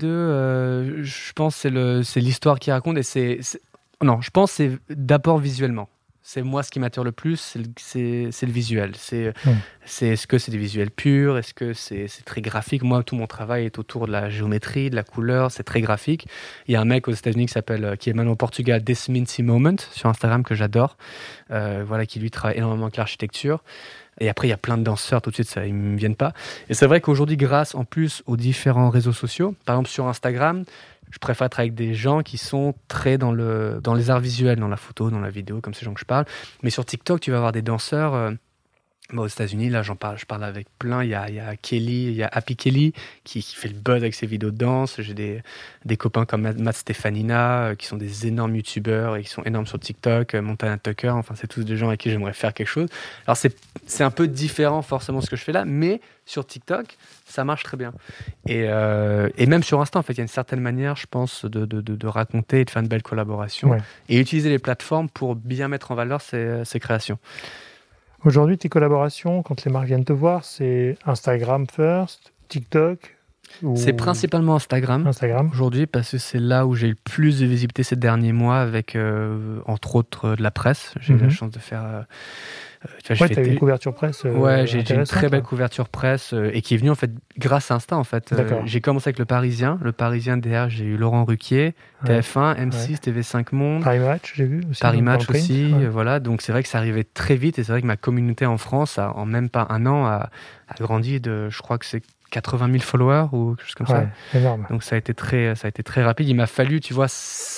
je pense que c'est l'histoire qui raconte, et non, je pense que c'est d'abord visuellement. C'est moi ce qui m'attire le plus, c'est le visuel. Est-ce que c'est des visuels purs ? Est-ce que c'est très graphique ? Moi, tout mon travail est autour de la géométrie, de la couleur, c'est très graphique. Il y a un mec aux États-Unis qui est maintenant au Portugal, This Minty Moment, sur Instagram, que j'adore, qui lui travaille énormément avec l'architecture. Et après, il y a plein de danseurs, tout de suite, ils ne me viennent pas. Et c'est vrai qu'aujourd'hui, grâce en plus aux différents réseaux sociaux, par exemple sur Instagram, je préfère être avec des gens qui sont très dans les arts visuels, dans la photo, dans la vidéo, comme ces gens que je parle. Mais sur TikTok, tu vas avoir des danseurs. Aux États-Unis, là, je parle avec plein. Il y a Kelly, il y a Happy Kelly qui fait le buzz avec ses vidéos de danse. J'ai des copains comme Matt Stefanina qui sont des énormes youtubeurs et qui sont énormes sur TikTok. Montana Tucker, enfin, c'est tous des gens avec qui j'aimerais faire quelque chose. Alors, c'est un peu différent forcément ce que je fais là, mais sur TikTok, ça marche très bien. Et même sur Insta, en fait, il y a une certaine manière, je pense, de raconter et de faire une belle collaboration et utiliser les plateformes pour bien mettre en valeur ces créations. Aujourd'hui, tes collaborations, quand les marques viennent te voir, c'est Instagram first, TikTok C'est principalement Instagram aujourd'hui, parce que c'est là où j'ai eu le plus de visibilité ces derniers mois avec, entre autres, de la presse. J'ai eu la chance de faire Tu as une couverture presse. J'ai une très belle couverture presse et qui est venue en fait grâce à Insta en fait. J'ai commencé avec Le Parisien derrière j'ai eu Laurent Ruquier, TF1, M6, TV5 Monde. Paris Match, j'ai vu aussi. Paris Match aussi, voilà. Donc c'est vrai que ça arrivait très vite et c'est vrai que ma communauté en France, en même pas un an, a grandi de, je crois que c'est 80 000 followers ou quelque chose comme ça. Énorme. Donc ça a été très rapide. Il m'a fallu, tu vois,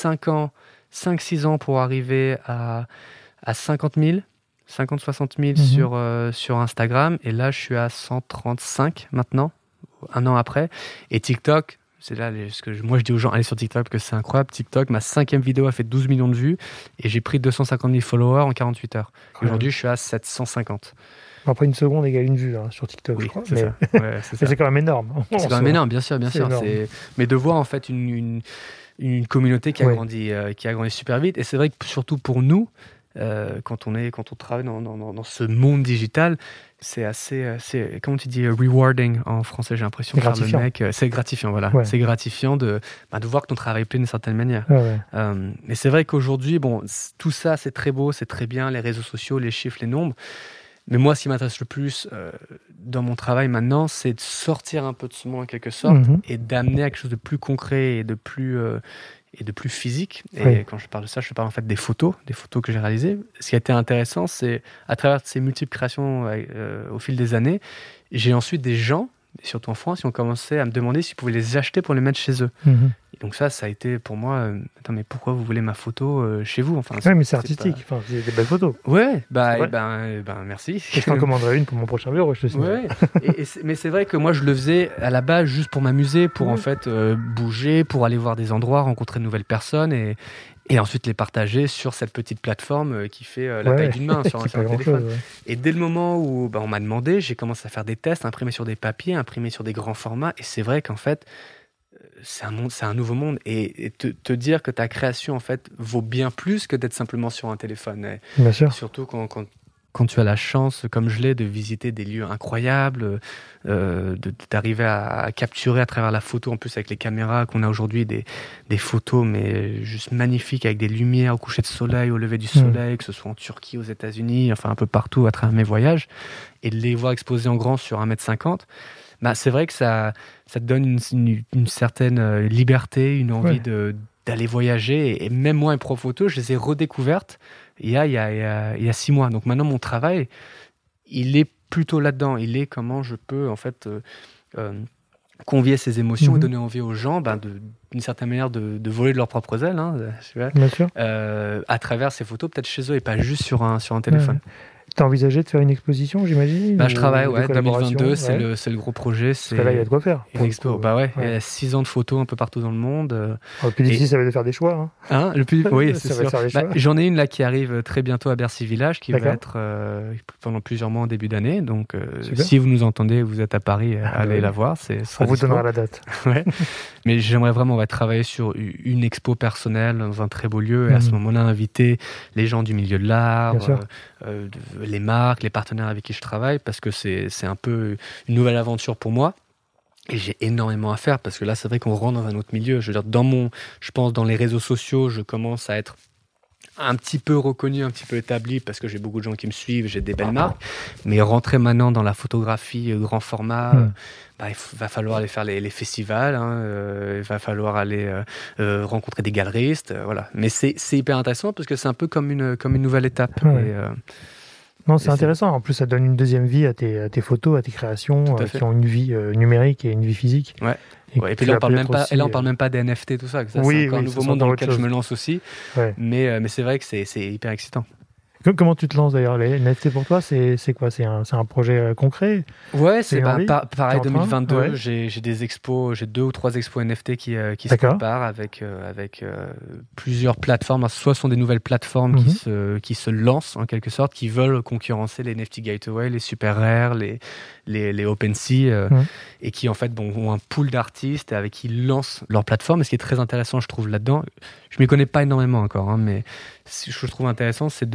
5-6 ans pour arriver à 50 000, 60 000 sur Instagram. Et là, je suis à 135 maintenant, un an après. Et TikTok, c'est là ce que moi je dis aux gens, allez sur TikTok parce que c'est incroyable. TikTok, ma 5e vidéo a fait 12 millions de vues et j'ai pris 250 000 followers en 48 heures. Aujourd'hui, je suis à 750. Après, une seconde égale une vue sur TikTok, je crois. Mais c'est quand même énorme. C'est quand même énorme, bien sûr. Mais de voir en fait une communauté qui a grandi super vite. Et c'est vrai que surtout pour nous, quand on travaille dans ce monde digital, c'est assez, comment tu dis, rewarding en français, j'ai l'impression. C'est gratifiant, voilà. C'est gratifiant de voir que ton travail plaît d'une certaine manière. Mais c'est vrai qu'aujourd'hui, tout ça, c'est très beau, c'est très bien, les réseaux sociaux, les chiffres, les nombres. Mais moi, ce qui m'intéresse le plus dans mon travail maintenant, c'est de sortir un peu de ce monde en quelque sorte et d'amener à quelque chose de plus concret et de plus physique. Et quand je parle de ça, je parle en fait des photos que j'ai réalisées. Ce qui a été intéressant, c'est à travers ces multiples créations au fil des années, j'ai ensuite des gens, surtout en France, qui ont commencé à me demander s'ils pouvaient les acheter pour les mettre chez eux. Et donc ça a été pour moi, attends, mais pourquoi vous voulez ma photo chez vous? Mais c'est artistique, c'est des belles photos. Merci. Et je t'en commanderai une pour mon prochain bureau, je te signale. Mais c'est vrai que moi je le faisais à la base juste pour m'amuser, pour en fait bouger, pour aller voir des endroits, rencontrer de nouvelles personnes et ensuite les partager sur cette petite plateforme qui fait la taille d'une main sur un téléphone. Et dès le moment où on m'a demandé, j'ai commencé à faire des tests, imprimer sur des papiers, imprimer sur des grands formats. Et c'est vrai qu'en fait, c'est un nouveau monde. Et te dire que ta création en fait vaut bien plus que d'être simplement sur un téléphone. Bien sûr. Surtout quand tu as la chance, comme je l'ai, de visiter des lieux incroyables, d'arriver à capturer à travers la photo, en plus avec les caméras qu'on a aujourd'hui, des photos mais juste magnifiques avec des lumières au coucher de soleil, au lever du soleil, que ce soit en Turquie, aux États-Unis, enfin un peu partout à travers mes voyages, et de les voir exposés en grand sur 1,50 m, c'est vrai que ça te donne une certaine liberté, une envie d'aller voyager. Et même moi, mes propres photos, je les ai redécouvertes il y a 6 mois. Donc maintenant, mon travail, il est plutôt là-dedans. Il est comment je peux, en fait, convier ces émotions et donner envie aux gens, d'une certaine manière, de voler de leurs propres ailes, bien sûr. À travers ces photos, peut-être chez eux et pas juste sur un téléphone. T'as envisagé de faire une exposition, j'imagine? Je travaille, 2022, c'est le gros projet. Parce que là, il y a de quoi faire. Une expo, il y a 6 ans de photos un peu partout dans le monde. Le plus difficile, ça va être de faire des choix. Oui, c'est sûr. J'en ai une là qui arrive très bientôt à Bercy Village, qui va être pendant plusieurs mois en début d'année. Donc, si vous nous entendez, vous êtes à Paris, allez la voir. On vous donnera la date. Mais j'aimerais vraiment travailler sur une expo personnelle dans un très beau lieu et à ce moment-là, inviter les gens du milieu de l'art, les marques, les partenaires avec qui je travaille, parce que c'est un peu une nouvelle aventure pour moi. Et j'ai énormément à faire, parce que là, c'est vrai qu'on rentre dans un autre milieu. Je veux dire, je pense dans les réseaux sociaux, je commence à être un petit peu reconnu, un petit peu établi, parce que j'ai beaucoup de gens qui me suivent, j'ai des belles marques. Mais rentrer maintenant dans la photographie grand format, il va falloir aller faire les festivals, il va falloir aller rencontrer des galeristes, voilà. Mais c'est hyper intéressant, parce que c'est un peu comme une nouvelle étape. Non, c'est intéressant. En plus, ça donne une deuxième vie à tes photos, à tes créations, qui ont une vie numérique et une vie physique. Et puis là, on parle même pas des NFT, tout ça. C'est encore un nouveau monde dans lequel je me lance aussi. Mais c'est vrai que c'est hyper excitant. Comment tu te lances d'ailleurs? Les NFT pour toi, c'est quoi? C'est un projet concret? C'est pareil. 2022, j'ai des expos, j'ai 2 ou 3 expos NFT qui se préparent avec plusieurs plateformes. Soit ce sont des nouvelles plateformes qui se lancent en quelque sorte, qui veulent concurrencer les NFT Gateway, les Super Rare, les OpenSea, et qui en fait ont un pool d'artistes avec qui ils lancent leur plateforme. Et ce qui est très intéressant, je trouve, là-dedans, je m'y connais pas énormément encore, mais ce que je trouve intéressant, c'est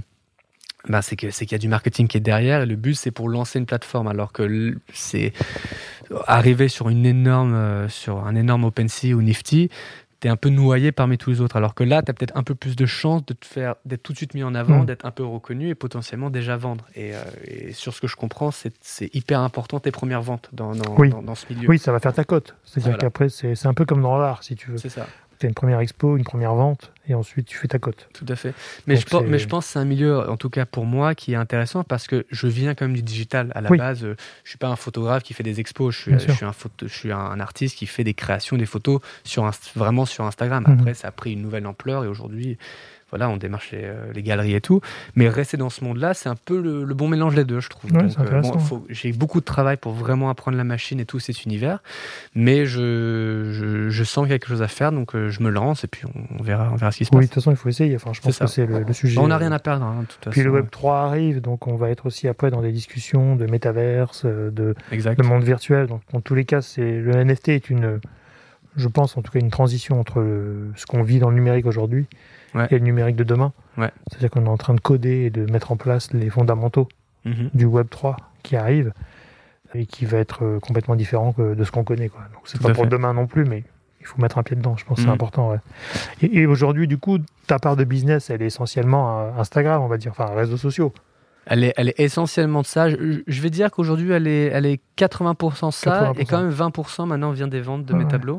qu'il y a du marketing qui est derrière, et le but c'est pour lancer une plateforme, alors que c'est arriver sur un énorme OpenSea ou Nifty, t'es un peu noyé parmi tous les autres. Alors que là, t'as peut-être un peu plus de chance d'être tout de suite mis en avant, d'être un peu reconnu et potentiellement déjà vendre. Et sur ce que je comprends, c'est hyper important tes premières ventes dans ce milieu. Oui, ça va faire ta cote. C'est-à-dire qu'après, c'est un peu comme dans l'art, si tu veux. C'est ça. Tu as une première expo, une première vente, et ensuite tu fais ta cote. Tout à fait. Mais je pense que c'est un milieu, en tout cas pour moi, qui est intéressant parce que je viens quand même du digital. À la base, je ne suis pas un photographe qui fait des expos. Je suis un artiste qui fait des créations, des photos vraiment sur Instagram. Après, ça a pris une nouvelle ampleur et aujourd'hui, voilà, on démarche les galeries et tout. Mais rester dans ce monde-là, c'est un peu le bon mélange des deux, je trouve. Ouais, donc, j'ai beaucoup de travail pour vraiment apprendre la machine et tout cet univers. Mais je sens quelque chose à faire, donc je me lance et puis on verra ce qui se passe. Oui, de toute façon, il faut essayer. Enfin, je pense que c'est le sujet. On n'a rien à perdre, de toute façon. Puis le Web3 arrive, donc on va être aussi après dans des discussions de métaverse, de monde virtuel. Donc, dans tous les cas, le NFT est je pense en tout cas une transition entre ce qu'on vit dans le numérique aujourd'hui et le numérique de demain. Ouais. C'est-à-dire qu'on est en train de coder et de mettre en place les fondamentaux du Web3 qui arrive et qui va être complètement différent de ce qu'on connaît, quoi. Donc c'est pas pour demain non plus, mais il faut mettre un pied dedans, je pense que c'est important. Ouais. Et aujourd'hui, du coup, ta part de business, elle est essentiellement Instagram, on va dire, enfin réseaux sociaux. Elle est essentiellement de ça. Je vais dire qu'aujourd'hui, elle est 80% ça 80%. Et quand même 20% maintenant vient des ventes de mes tableaux.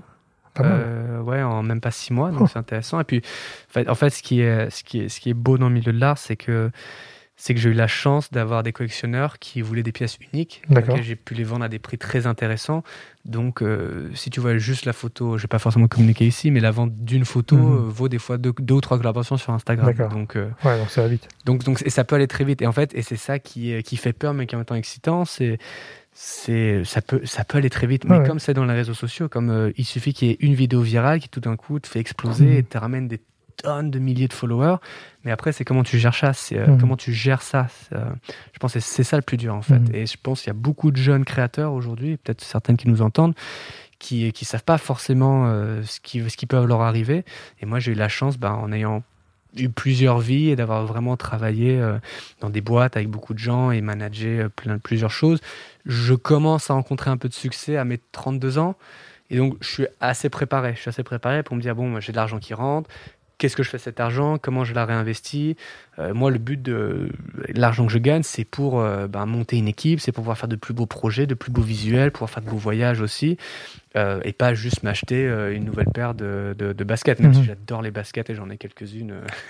En même pas 6 mois, donc c'est intéressant. Et puis, en fait, ce qui est beau dans le milieu de l'art, c'est que j'ai eu la chance d'avoir des collectionneurs qui voulaient des pièces uniques, auxquelles j'ai pu les vendre à des prix très intéressants. Donc, si tu vois juste la photo, je ne vais pas forcément communiquer ici, mais la vente d'une photo vaut des fois 2 ou 3 collaborations sur Instagram. Donc ça va vite. Donc, et ça peut aller très vite. Et en fait, c'est ça qui fait peur, mais qui est en même temps excitant. Ça peut aller très vite, mais comme c'est dans les réseaux sociaux, comme il suffit qu'il y ait une vidéo virale qui tout d'un coup te fait exploser et te ramène des tonnes de milliers de followers, mais après c'est comment tu gères ça, comment tu gères ça. Je pense que c'est ça le plus dur en fait. Et je pense qu'il y a beaucoup de jeunes créateurs aujourd'hui, peut-être certaines qui nous entendent, qui savent pas forcément ce qui peut leur arriver. Et moi j'ai eu la chance, en ayant eu plusieurs vies et d'avoir vraiment travaillé dans des boîtes avec beaucoup de gens et managé plusieurs choses. Je commence à rencontrer un peu de succès à mes 32 ans et donc je suis assez préparé. Pour me dire, bon, j'ai de l'argent qui rentre, qu'est-ce que je fais de cet argent, comment je la réinvestis. Moi, le but de l'argent que je gagne, c'est pour monter une équipe, c'est pour pouvoir faire de plus beaux projets, de plus beaux visuels, pouvoir faire de beaux voyages aussi, et pas juste m'acheter une nouvelle paire de baskets, même si j'adore les baskets et j'en ai quelques-unes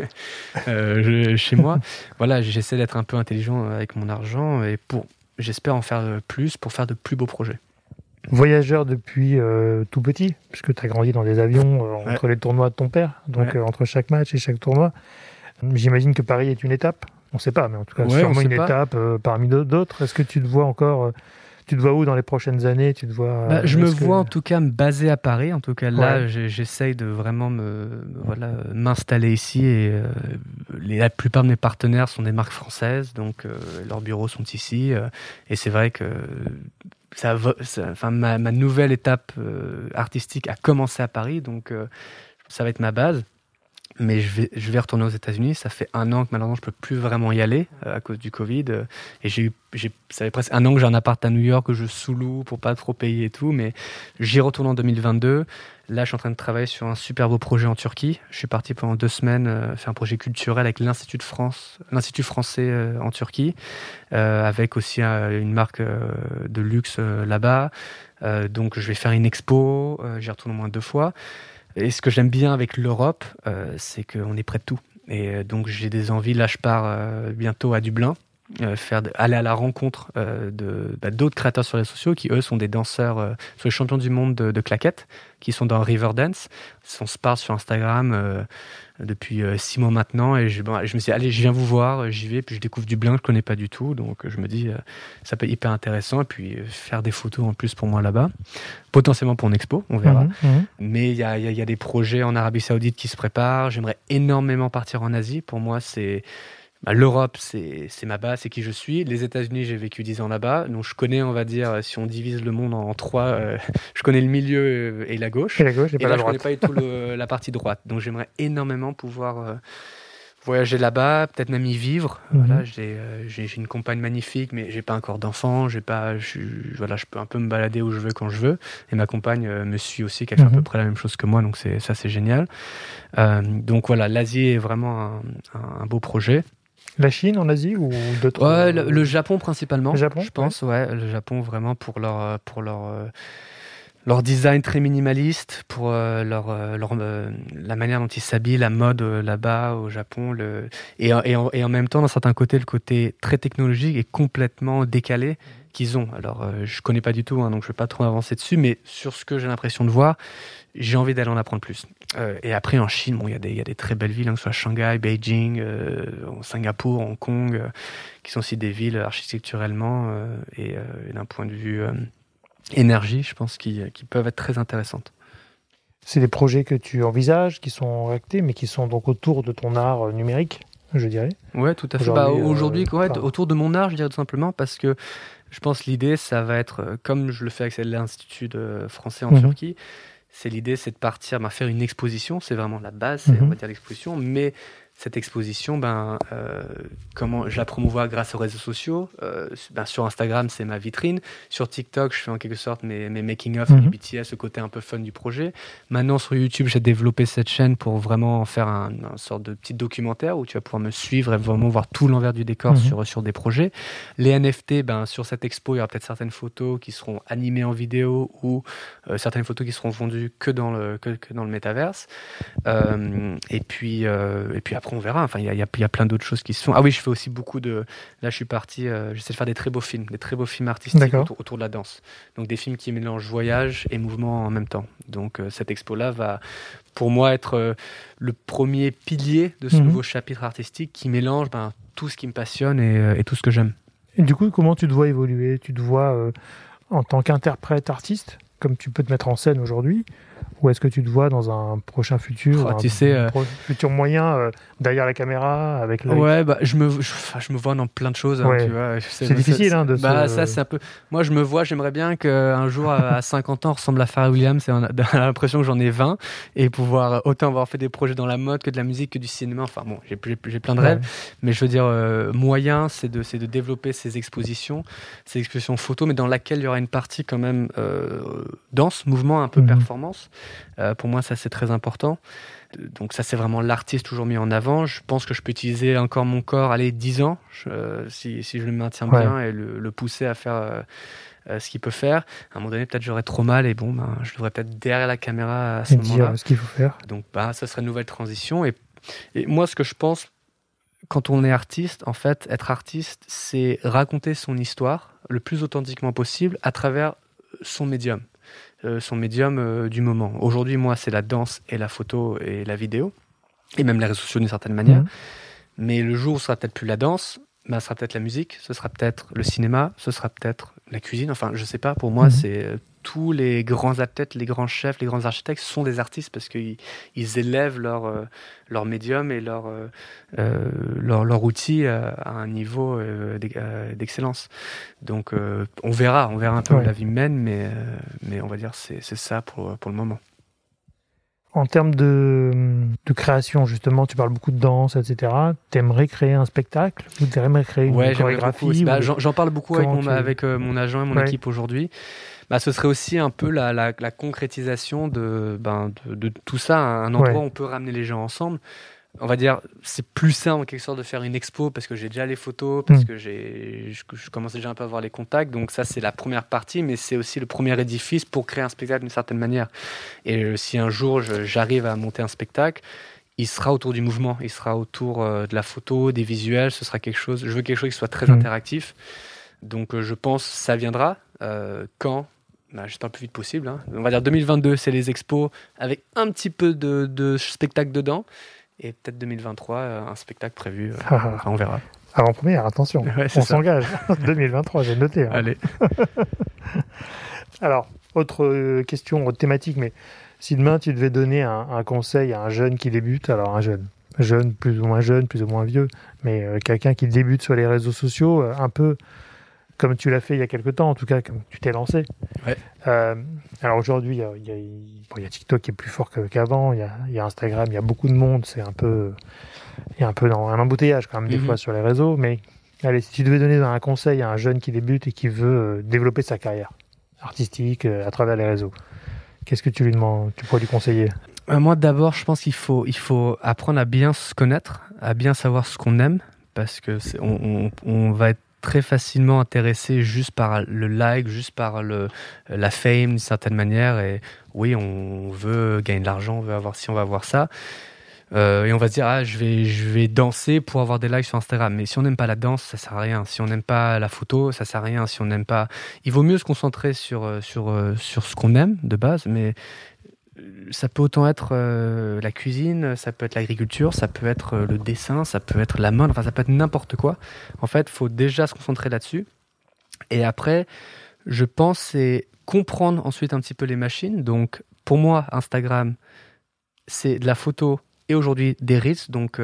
chez moi. Voilà, j'essaie d'être un peu intelligent avec mon argent et j'espère en faire plus pour faire de plus beaux projets. Voyageur depuis tout petit, puisque tu as grandi dans des avions entre les tournois de ton père, donc entre chaque match et chaque tournoi. J'imagine que Paris est une étape, on ne sait pas, mais en tout cas sûrement une étape parmi d'autres. Est-ce que tu te vois encore, tu te vois où dans les prochaines années? Je me vois en tout cas me baser à Paris, en tout cas là j'essaye de vraiment m'installer ici et la plupart de mes partenaires sont des marques françaises, donc leurs bureaux sont ici et c'est vrai que ma nouvelle étape artistique a commencé à Paris, donc ça va être ma base. Mais je vais retourner aux États-Unis. Ça fait 1 an que malheureusement je peux plus vraiment y aller à cause du Covid. Et ça fait presque 1 an que j'ai un appart à New York que je sous-loue pour pas trop payer et tout. Mais j'y retourne en 2022. Là, je suis en train de travailler sur un super beau projet en Turquie. Je suis parti pendant 2 semaines faire un projet culturel avec l'Institut français en Turquie, avec aussi une marque de luxe là-bas. Donc, je vais faire une expo. J'y retourne au moins 2 fois. Et ce que j'aime bien avec l'Europe, c'est qu'on est près de tout. Et donc, j'ai des envies. Là, je pars bientôt à Dublin, aller à la rencontre d'autres créateurs sur les réseaux sociaux qui, eux, sont des danseurs, sont les champions du monde de claquettes, qui sont dans Riverdance. On se parle sur Instagram depuis 6 mois maintenant. Et je me suis dit, allez, je viens vous voir, j'y vais. Puis je découvre Dublin, je ne connais pas du tout. Donc, je me dis, ça peut être hyper intéressant. Et puis, faire des photos en plus pour moi là-bas. Potentiellement pour une expo, on verra. Mais il y a des projets en Arabie Saoudite qui se préparent. J'aimerais énormément partir en Asie. Pour moi, l'Europe, c'est ma base, c'est qui je suis. Les États-Unis, j'ai vécu 10 ans là-bas. Donc, je connais, on va dire, si on divise le monde en 3, je connais le milieu et la gauche. Et la gauche, et là, je ne connais pas du tout la partie droite. Donc, j'aimerais énormément pouvoir voyager là-bas, peut-être même y vivre. Voilà, j'ai une compagne magnifique, mais j'ai pas encore d'enfants. Je peux un peu me balader où je veux, quand je veux. Et ma compagne me suit aussi, qui a fait à peu près la même chose que moi, donc c'est génial. Donc voilà, l'Asie est vraiment un beau projet. La Chine en Asie ou d'autres? Ouais, le Japon principalement. Le Japon, je pense, ouais, le Japon vraiment pour leur design très minimaliste, pour la manière dont ils s'habillent, la mode là-bas au Japon, et en même temps, dans certains côtés, le côté très technologique et complètement décalé qu'ils ont. Alors, je connais pas du tout, donc je vais pas trop avancer dessus, mais sur ce que j'ai l'impression de voir, j'ai envie d'aller en apprendre plus. Et après, en Chine, bon, il y a des très belles villes, que ce soit Shanghai, Beijing, Singapour, Hong Kong, qui sont aussi des villes architecturellement et d'un point de vue énergie, je pense, qui peuvent être très intéressantes. C'est des projets que tu envisages, qui sont actés, mais qui sont donc autour de ton art numérique, je dirais. Ouais, tout à fait. Aujourd'hui, autour de mon art, je dirais tout simplement, parce que je pense que l'idée, ça va être, comme je le fais avec l'Institut français en Turquie, c'est de partir, faire une exposition, c'est vraiment la base, c'est, on va dire, l'exposition, mais cette exposition, comment je la promouvois grâce aux réseaux sociaux. Sur Instagram, c'est ma vitrine. Sur TikTok, je fais en quelque sorte mes making-of du BTS, ce côté un peu fun du projet. Maintenant, sur YouTube, j'ai développé cette chaîne pour vraiment faire un sorte de petit documentaire où tu vas pouvoir me suivre et vraiment voir tout l'envers du décor sur des projets. Les NFT, sur cette expo, il y aura peut-être certaines photos qui seront animées en vidéo ou certaines photos qui seront vendues que dans le métaverse. Et puis après, on verra. Enfin, il y a plein d'autres choses qui se font. Ah oui, je fais aussi beaucoup de... Là, je suis parti... j'essaie de faire des très beaux films artistiques autour de la danse. Donc, des films qui mélangent voyage et mouvement en même temps. Donc, cette expo-là va, pour moi, être le premier pilier de ce nouveau chapitre artistique qui mélange tout ce qui me passionne et tout ce que j'aime. Et du coup, comment tu te vois évoluer? Tu te vois en tant qu'interprète artiste, comme tu peux te mettre en scène aujourd'hui? Ou est-ce que tu te vois dans un prochain futur, futur moyen, derrière la caméra, avec l'œil? Ouais, je me vois dans plein de choses. Tu vois, c'est difficile de ça, c'est un peu... Moi, j'aimerais bien qu'un jour, à 50 ans, ressemble à Pharrell Williams, et on a l'impression que j'en ai 20, et pouvoir autant avoir fait des projets dans la mode que de la musique, que du cinéma. Enfin bon, j'ai plein de rêves, mais je veux dire, moyen, c'est de développer ces expositions photos, mais dans laquelle il y aura une partie quand même danse, mouvement, un peu performance. Pour moi, ça, c'est très important. Donc ça, c'est vraiment l'artiste toujours mis en avant. Je pense que je peux utiliser encore mon corps, 10 ans, si je le maintiens bien, et le pousser à faire ce qu'il peut faire. À un moment donné, peut-être j'aurais trop mal, et je devrais peut-être derrière la caméra à ce moment-là. Dire ce qu'il faut faire. Donc ça serait une nouvelle transition. Et moi, ce que je pense, quand on est artiste, en fait, être artiste, c'est raconter son histoire le plus authentiquement possible à travers son médium. Du moment. Aujourd'hui, moi, c'est la danse et la photo et la vidéo, et même les réseaux sociaux d'une certaine manière. Mais le jour où ce sera peut-être plus la danse, ce sera peut-être la musique, ce sera peut-être le cinéma, ce sera peut-être la cuisine. Enfin, je sais pas, pour moi, c'est tous les grands athlètes, les grands chefs, les grands architectes sont des artistes parce qu'ils élèvent leur médium et leur outil à un niveau d'excellence. Donc, on verra un peu où la vie mène, mais on va dire c'est ça pour le moment. En termes de création, justement, tu parles beaucoup de danse, etc. T'aimerais créer un spectacle ou t'aimerais créer une chorégraphie? J'en parle beaucoup avec mon agent et mon équipe aujourd'hui. Ce serait aussi un peu la concrétisation de tout ça, un endroit où on peut ramener les gens ensemble. On va dire, c'est plus simple en quelque sorte de faire une expo parce que j'ai déjà les photos, parce que je commence déjà un peu à avoir les contacts. Donc ça, c'est la première partie, mais c'est aussi le premier édifice pour créer un spectacle d'une certaine manière. Et si un jour j'arrive à monter un spectacle, il sera autour du mouvement, il sera autour de la photo, des visuels. Je veux quelque chose qui soit très interactif. Donc je pense que ça viendra quand. J'espère le plus vite possible. On va dire 2022, c'est les expos avec un petit peu de spectacle dedans. Et peut-être 2023, un spectacle prévu. On verra. Avant-première, attention. Ouais, on s'engage. 2023, j'ai noté. Allez. Alors, autre question, autre thématique, mais si demain tu devais donner un conseil à un jeune qui débute, alors un jeune, plus ou moins vieux, mais quelqu'un qui débute sur les réseaux sociaux, un peu comme tu l'as fait il y a quelques temps, en tout cas, comme tu t'es lancé. Ouais. Alors aujourd'hui, il y a TikTok qui est plus fort qu'avant, il y a Instagram, il y a beaucoup de monde, il y a un peu dans un embouteillage quand même des fois sur les réseaux, mais allez, si tu devais donner un conseil à un jeune qui débute et qui veut développer sa carrière artistique à travers les réseaux, qu'est-ce que tu pourrais lui conseiller? Moi, d'abord, je pense qu'il faut apprendre à bien se connaître, à bien savoir ce qu'on aime, parce que on va être très facilement intéressé juste par le like, juste par la fame d'une certaine manière. Et oui, on veut gagner de l'argent, on veut avoir ci, on va avoir ça. Et on va se dire, je vais danser pour avoir des likes sur Instagram. Mais si on n'aime pas la danse, ça sert à rien. Si on n'aime pas la photo, ça sert à rien. Si on n'aime pas, il vaut mieux se concentrer sur ce qu'on aime de base. Mais ça peut autant être la cuisine, ça peut être l'agriculture, ça peut être le dessin, ça peut être la mode, enfin ça peut être n'importe quoi. En fait, il faut déjà se concentrer là-dessus. Et après, je pense, c'est comprendre ensuite un petit peu les machines. Donc, pour moi, Instagram, c'est de la photo et aujourd'hui des Reels, donc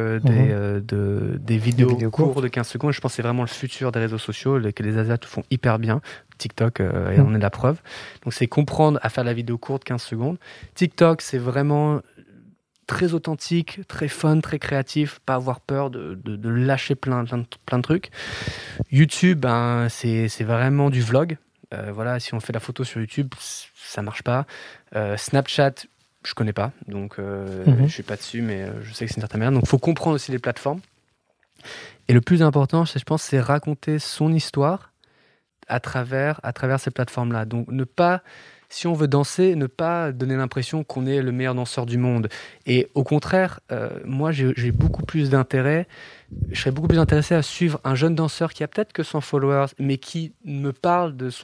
des vidéos courtes de 15 secondes. Je pense que c'est vraiment le futur des réseaux sociaux, que les Asiates font hyper bien. TikTok, et on est la preuve. Donc, c'est comprendre à faire la vidéo courte, 15 secondes. TikTok, c'est vraiment très authentique, très fun, très créatif, pas avoir peur de lâcher plein de trucs. YouTube, c'est vraiment du vlog. Voilà, si on fait la photo sur YouTube, ça marche pas. Snapchat, je connais pas, donc je suis pas dessus, mais je sais que c'est une certaine manière. Donc, il faut comprendre aussi les plateformes. Et le plus important, je pense, c'est raconter son histoire à travers ces plateformes-là. Donc, si on veut danser, ne pas donner l'impression qu'on est le meilleur danseur du monde. Et au contraire, moi, j'ai beaucoup plus d'intérêt. Je serais beaucoup plus intéressé à suivre un jeune danseur qui a peut-être que 100 followers, mais qui me parle de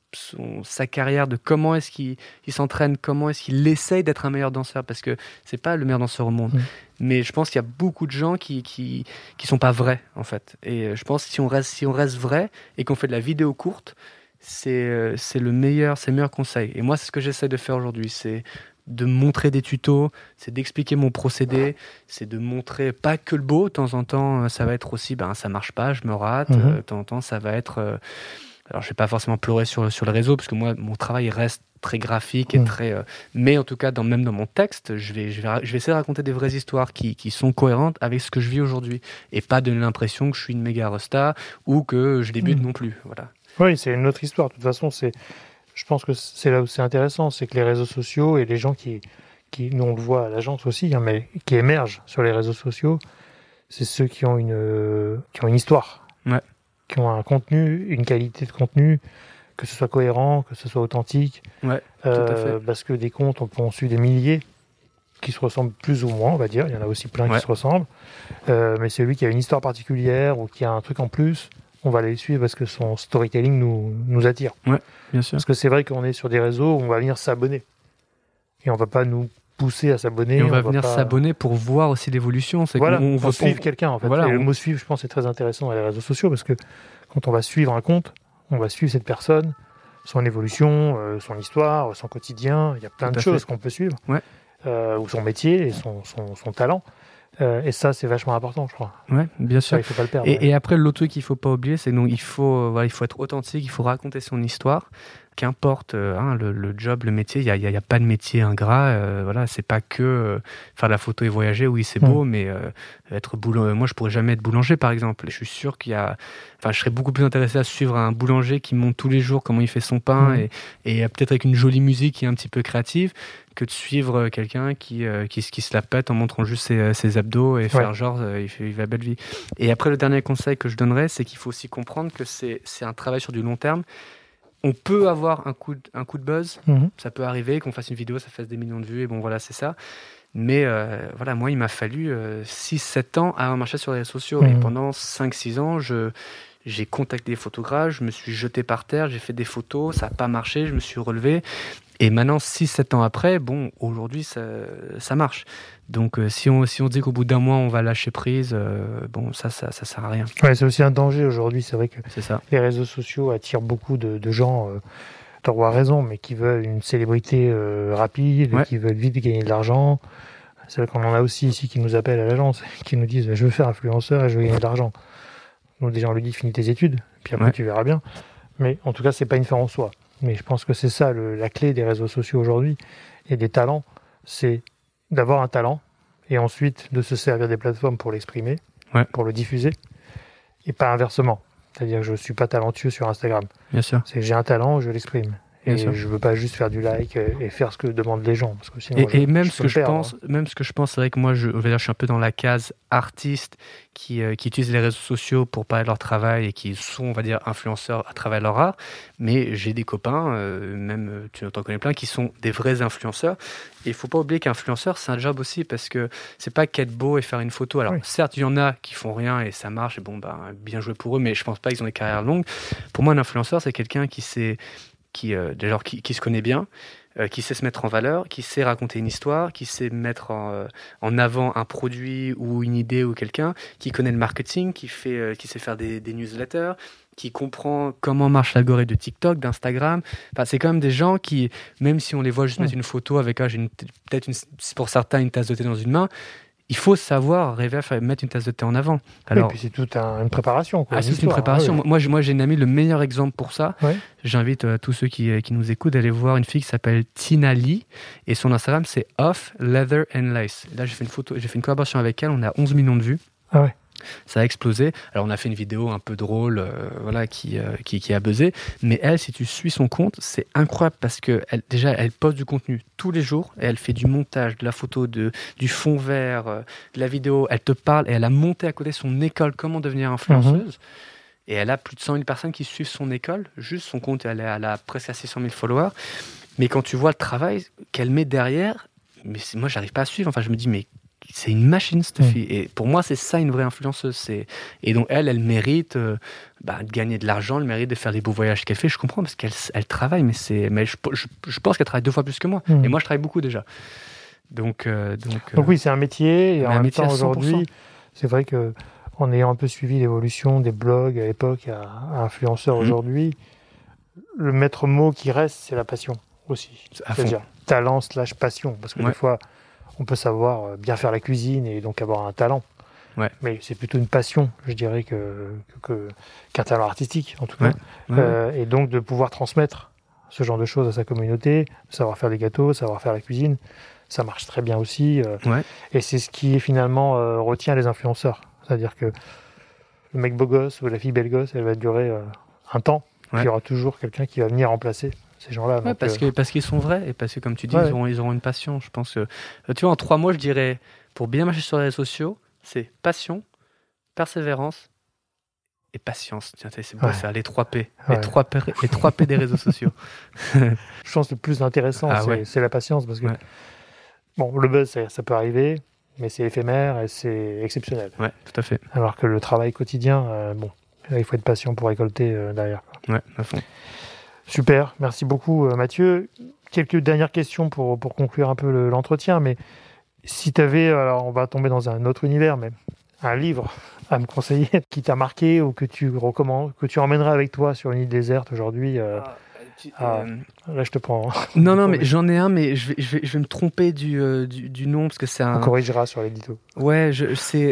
sa carrière, de comment est-ce qu'il s'entraîne, comment est-ce qu'il essaye d'être un meilleur danseur, parce que c'est pas le meilleur danseur au monde. Mais je pense qu'il y a beaucoup de gens qui sont pas vrais, en fait. Et je pense que si on reste vrai et qu'on fait de la vidéo courte, c'est le meilleur conseil. Et moi, c'est ce que j'essaie de faire aujourd'hui, c'est de montrer des tutos, c'est d'expliquer mon procédé, c'est de montrer pas que le beau. De temps en temps, ça va être aussi, ça marche pas, je me rate. De temps en temps, ça va être... alors, je vais pas forcément pleurer sur le réseau, parce que moi, mon travail reste très graphique et très... mais en tout cas, même dans mon texte, je vais essayer de raconter des vraies histoires qui sont cohérentes avec ce que je vis aujourd'hui. Et pas donner l'impression que je suis une méga rosta ou que je débute non plus. Voilà. Oui, c'est une autre histoire. De toute façon, je pense que c'est là où c'est intéressant, c'est que les réseaux sociaux et les gens qui nous on le voit à l'agence aussi, mais qui émergent sur les réseaux sociaux, c'est ceux qui ont une histoire. Ouais. Qui ont un contenu, une qualité de contenu, que ce soit cohérent, que ce soit authentique. Ouais, tout à fait. Parce que des comptes, on peut en suivre des milliers qui se ressemblent plus ou moins, on va dire. Il y en a aussi plein qui se ressemblent. Mais celui qui a une histoire particulière ou qui a un truc en plus, on va aller suivre parce que son storytelling nous attire. Ouais, bien sûr. Parce que c'est vrai qu'on est sur des réseaux où on va venir s'abonner. Et on va pas nous pousser à s'abonner. Et on va venir s'abonner pour voir aussi l'évolution. C'est voilà, on va suivre quelqu'un en fait. Voilà, et le mot suivre, je pense, c'est très intéressant dans les réseaux sociaux parce que quand on va suivre un compte, on va suivre cette personne, son évolution, son histoire, son quotidien. Il y a plein de choses qu'on peut suivre. Ouais. Ou son métier et son talent. Et ça, c'est vachement important, je crois. Ouais, bien sûr. Ça, il faut pas le perdre. Et après, l'autre truc qu'il faut pas oublier, c'est qu'il faut être authentique, il faut raconter son histoire. Qu'importe le job, le métier, il y a pas de métier ingrat. Voilà, c'est pas que faire de la photo et voyager. Oui, c'est beau, mais être boulanger. Moi, je pourrais jamais être boulanger, par exemple. Je suis sûr je serais beaucoup plus intéressé à suivre un boulanger qui montre tous les jours comment il fait son pain et peut-être avec une jolie musique qui est un petit peu créative, que de suivre quelqu'un qui se la pète en montrant juste ses abdos et faire genre il va belle vie. Et après, le dernier conseil que je donnerais, c'est qu'il faut aussi comprendre que c'est un travail sur du long terme. On peut avoir un coup de buzz, ça peut arriver qu'on fasse une vidéo, ça fasse des millions de vues, et bon voilà, c'est ça. Mais voilà, moi, il m'a fallu 6-7 ans à marcher sur les réseaux sociaux. Et pendant 5-6 ans, j'ai contacté des photographes, je me suis jeté par terre, j'ai fait des photos, ça n'a pas marché, je me suis relevé. Et maintenant, 6-7 ans après, aujourd'hui, ça marche. Donc, si on dit qu'au bout d'un mois, on va lâcher prise, ça sert à rien. Ouais, c'est aussi un danger aujourd'hui. C'est vrai que c'est ça. Les réseaux sociaux attirent beaucoup de gens, tu as raison, mais qui veulent une célébrité rapide, qui veulent vite gagner de l'argent. C'est vrai qu'on en a aussi ici qui nous appellent à l'agence, qui nous disent « je veux faire influenceur et je veux gagner de l'argent ». Donc déjà, on lui dit « finis tes études, puis après tu verras bien ». Mais en tout cas, c'est pas une fin en soi. Mais je pense que c'est ça la clé des réseaux sociaux aujourd'hui et des talents, c'est d'avoir un talent et ensuite de se servir des plateformes pour l'exprimer, pour le diffuser, et pas inversement. C'est-à-dire que je ne suis pas talentueux sur Instagram. Bien sûr. C'est que j'ai un talent, je l'exprime. Et je ne veux pas juste faire du like et faire ce que demandent les gens. Parce que sinon, même ce que je pense, c'est vrai que moi, je suis un peu dans la case artiste qui utilisent les réseaux sociaux pour parler de leur travail et qui sont, on va dire, influenceurs à travers leur art. Mais j'ai des copains, même tu en connais plein, qui sont des vrais influenceurs. Et il ne faut pas oublier qu'influenceur, c'est un job aussi parce que c'est pas qu'être beau et faire une photo. Alors, certes, il y en a qui font rien et ça marche. Et bon, bien joué pour eux, mais je ne pense pas qu'ils ont des carrières longues. Pour moi, un influenceur, c'est quelqu'un qui se connaît bien, qui sait se mettre en valeur, qui sait raconter une histoire, qui sait mettre en avant un produit ou une idée ou quelqu'un, qui connaît le marketing, qui sait faire des newsletters, qui comprend comment marche l'algorithme de TikTok, d'Instagram. Enfin, c'est quand même des gens qui, même si on les voit juste mettre une photo avec peut-être pour certains une tasse de thé dans une main, il faut savoir arriver à mettre une tasse de thé en avant. Alors, et puis c'est toute une préparation. C'est une préparation. Moi, j'ai une amie, le meilleur exemple pour ça. J'invite tous ceux qui nous écoutent d'aller voir une fille qui s'appelle Tina Lee et son Instagram c'est Off Leather and Lace. Là, j'ai fait une collaboration avec elle, on a 11 millions de vues. Ah ouais. Ça a explosé. Alors, on a fait une vidéo un peu drôle, qui a buzzé. Mais elle, si tu suis son compte, c'est incroyable parce que elle poste du contenu tous les jours et elle fait du montage, de la photo, du fond vert, de la vidéo. Elle te parle et elle a monté à côté son école Comment devenir influenceuse. Et elle a plus de 100 000 personnes qui suivent son école. Juste son compte, elle a presque à 600 000 followers. Mais quand tu vois le travail qu'elle met derrière, moi, j'arrive pas à suivre. Enfin, je me dis, mais c'est une machine cette fille et pour moi c'est ça une vraie influenceuse. Et donc elle mérite de gagner de l'argent, elle mérite de faire les beaux voyages qu'elle fait. Je comprends parce qu'elle travaille, mais je pense qu'elle travaille 2 fois plus que moi et moi je travaille beaucoup déjà, donc oui, c'est un métier et en même temps aujourd'hui c'est vrai que en ayant un peu suivi l'évolution des blogs à l'époque à influenceurs aujourd'hui, le maître mot qui reste c'est la passion aussi, c'est-à-dire talent / passion, parce que des fois on peut savoir bien faire la cuisine et donc avoir un talent. Mais c'est plutôt une passion, je dirais, qu'un talent artistique, en tout cas. Et donc de pouvoir transmettre ce genre de choses à sa communauté, savoir faire des gâteaux, savoir faire la cuisine, ça marche très bien aussi. Et c'est ce qui finalement retient les influenceurs. C'est-à-dire que le mec beau gosse ou la fille belle gosse, elle va durer un temps. Puis il y aura toujours quelqu'un qui va venir remplacer ces gens-là. Parce qu'ils sont vrais et parce que, comme tu dis, ils auront une passion. Je pense que, tu vois, en 3 mots, je dirais, pour bien marcher sur les réseaux sociaux, c'est passion, persévérance et patience. Tiens, c'est beau ça, les 3 P. Les 3 P des réseaux sociaux. Je pense que le plus intéressant, c'est la patience parce que bon, le buzz, ça peut arriver, mais c'est éphémère et c'est exceptionnel. Ouais, tout à fait. Alors que le travail quotidien, là, il faut être patient pour récolter derrière. Ouais, à fond. Super, merci beaucoup Mathieu. Quelques dernières questions pour conclure un peu l'entretien, mais si tu avais, alors on va tomber dans un autre univers, mais un livre à me conseiller qui t'a marqué ou que tu recommandes, que tu emmènerais avec toi sur une île déserte aujourd'hui. Là je te prends. Non, mais j'en ai un, mais je vais me tromper du nom parce que c'est un. On corrigera sur l'édito. Ouais, je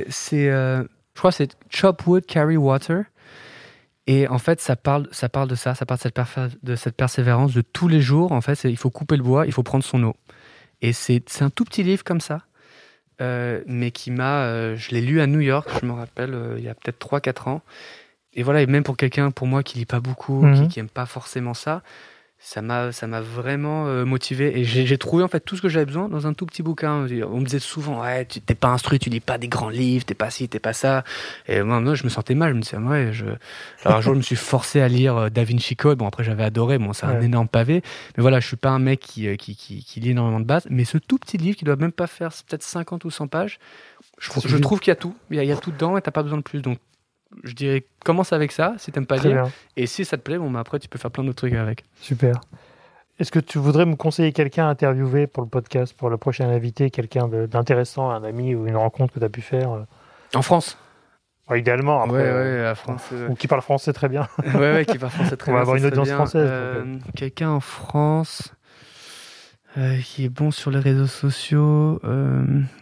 crois que c'est Chop Wood, Carry Water. Et en fait, ça parle de ça, ça parle de cette persévérance de tous les jours. En fait, il faut couper le bois, il faut prendre son eau. Et c'est un tout petit livre comme ça, mais je l'ai lu à New York, je me rappelle, il y a peut-être 3-4 ans. Et voilà, et même pour quelqu'un, pour moi, qui lit pas beaucoup, qui aime pas forcément ça, ça m'a vraiment motivé. Et j'ai trouvé en fait tout ce que j'avais besoin dans un tout petit bouquin. On me disait souvent, ouais, tu t'es pas instruit, tu lis pas des grands livres, t'es pas ci, t'es pas ça. Et moi, je me sentais mal. Je me disais, Alors un jour, je me suis forcé à lire Da Vinci Code. Bon, après, j'avais adoré. Bon, c'est un énorme pavé. Mais voilà, je suis pas un mec qui lit énormément de bases. Mais ce tout petit livre qui doit même pas faire peut-être 50 ou 100 pages, je trouve qu'il y a tout. Il y a tout dedans et t'as pas besoin de plus. Donc, je dirais, commence avec ça, si t'aimes pas lire. Et si ça te plaît, après, tu peux faire plein d'autres trucs avec. Super. Est-ce que tu voudrais me conseiller quelqu'un à interviewer pour le podcast, pour le prochain invité, quelqu'un d'intéressant, un ami ou une rencontre que tu as pu faire En France? Idéalement, après. Ouais, à France. Ou qui parle français très bien. Ouais, qui parle français très bien. On va avoir une audience française. Quelqu'un en France qui est bon sur les réseaux sociaux.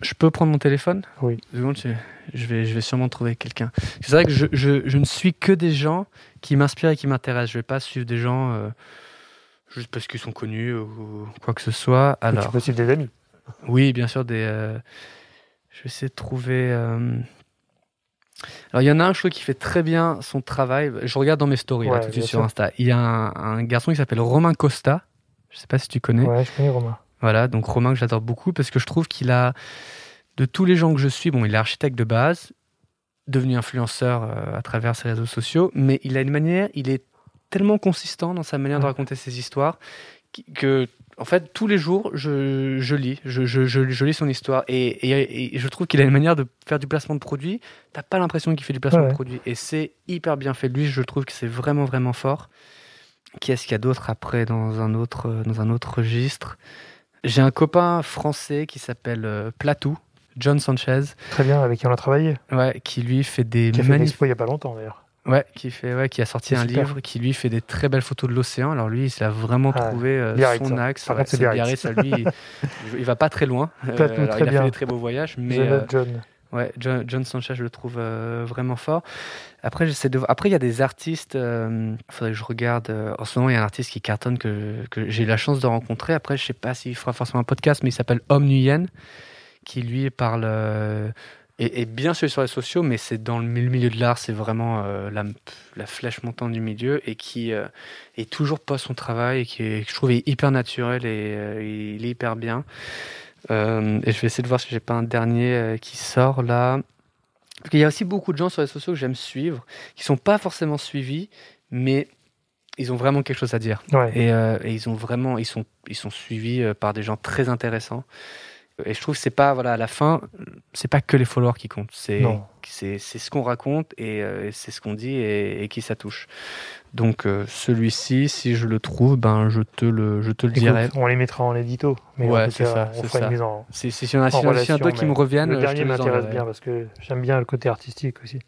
Je peux prendre mon téléphone ? Oui. Je vais sûrement trouver quelqu'un. C'est vrai que je ne suis que des gens qui m'inspirent et qui m'intéressent. Je ne vais pas suivre des gens juste parce qu'ils sont connus ou quoi que ce soit. Alors, tu peux suivre des amis. Oui, bien sûr. Je vais essayer de trouver... Alors, il y en a un, je trouve, qui fait très bien son travail. Je regarde dans mes stories là, tout de suite sur Insta. Il y a un garçon qui s'appelle Romain Costa. Je ne sais pas si tu connais. Ouais, je connais Romain. Voilà, donc Romain que j'adore beaucoup parce que je trouve qu'il a, de tous les gens que je suis, bon, il est architecte de base, devenu influenceur à travers ses réseaux sociaux, mais il a une manière, il est tellement consistant dans sa manière de raconter ses histoires que, en fait, tous les jours, je lis son histoire et je trouve qu'il a une manière de faire du placement de produits. T'as pas l'impression qu'il fait du placement de produits et c'est hyper bien fait. Lui, je trouve que c'est vraiment, vraiment fort. Qui est-ce qu'il y a d'autre après dans un autre registre ? J'ai un copain français qui s'appelle Platou, John Sanchez. Très bien, avec qui on a travaillé. Ouais, qui lui fait des... Qui a fait une expo il n'y a pas longtemps d'ailleurs. Ouais, qui a sorti un livre, qui lui fait des très belles photos de l'océan. Alors lui, il a vraiment trouvé son axe. Par contre, c'est Biarritz. Lui, il va pas très loin. Platou, alors, il a fait des très beaux voyages. Mais, John. Ouais, John Sanchez, je le trouve vraiment fort. Après, Après, il y a des artistes. Faudrait que je regarde. En ce moment, il y a un artiste qui cartonne que j'ai eu la chance de rencontrer. Après, je sais pas s'il fera forcément un podcast, mais il s'appelle Om Nguyen, qui lui parle et bien sûr sur les sociaux, mais c'est dans le milieu de l'art. C'est vraiment la flèche montante du milieu et qui est toujours pas son travail et que je trouve est hyper naturel et il est hyper bien. Et je vais essayer de voir si j'ai pas un dernier qui sort là. Parce qu'il y a aussi beaucoup de gens sur les sociaux que j'aime suivre, qui sont pas forcément suivis, mais ils ont vraiment quelque chose à dire. Ouais. Et ils sont suivis par des gens très intéressants. Et je trouve que c'est pas, à la fin, c'est pas que les followers qui comptent. C'est ce qu'on raconte et c'est ce qu'on dit et qui ça touche. Donc celui-ci, si je le trouve, je te le dirai. On les mettra en édito. Mais ouais, c'est ça. On fera une mise en si y en a d'autres qui me reviennent, le dernier m'intéresse bien parce que j'aime bien le côté artistique aussi.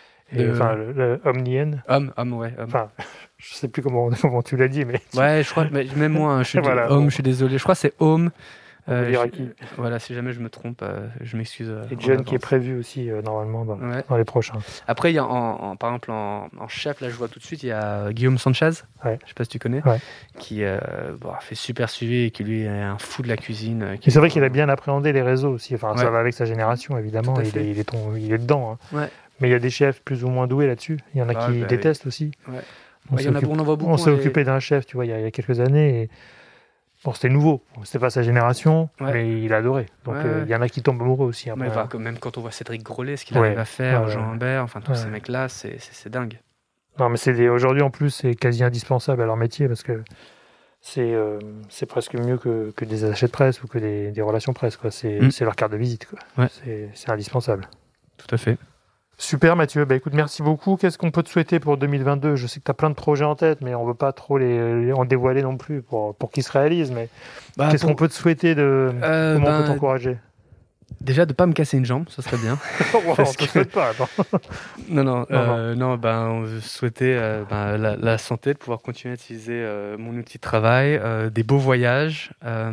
Le Om Nguyen. Ouais. Enfin, je sais plus comment tu l'as dit, mais. Ouais, je crois. Mais même moi, je suis désolé. Je crois que c'est Om. Voilà, si jamais je me trompe, je m'excuse. Et John qui est prévu aussi normalement dans les prochains. Après, il y a par exemple en chef, là je vois tout de suite, il y a Guillaume Sanchez, je sais pas si tu connais, qui fait super suivi et qui lui est un fou de la cuisine. Mais c'est vrai qu'il a bien appréhendé les réseaux aussi. Enfin, ça va avec sa génération évidemment. Il est dedans. Hein. Ouais. Mais il y a des chefs plus ou moins doués là-dessus. Il y en a qui détestent aussi. Ouais. On en voit beaucoup. On s'est occupé d'un chef, tu vois, il y a quelques années. Et... Bon, c'était nouveau, c'était pas sa génération, mais il adorait. Donc il y en a qui tombent amoureux aussi. Après, même quand on voit Cédric Grolet, ce qu'il arrive à faire, Jean Humbert, enfin tous ces mecs-là, c'est dingue. Non, mais aujourd'hui en plus, c'est quasi indispensable à leur métier parce que c'est presque mieux que des attachés de presse ou que des relations presse. Quoi. C'est leur carte de visite. Quoi. Ouais. C'est indispensable. Tout à fait. Super Mathieu, écoute, merci beaucoup. Qu'est-ce qu'on peut te souhaiter pour 2022 ? Je sais que tu as plein de projets en tête, mais on ne veut pas trop les en dévoiler non plus pour qu'ils se réalisent. Mais qu'est-ce qu'on peut te souhaiter comment on peut t'encourager ? Déjà, de ne pas me casser une jambe, ça serait bien. On ne te souhaite pas, attends. Non, on veut souhaiter la santé, de pouvoir continuer à utiliser mon outil de travail, des beaux voyages,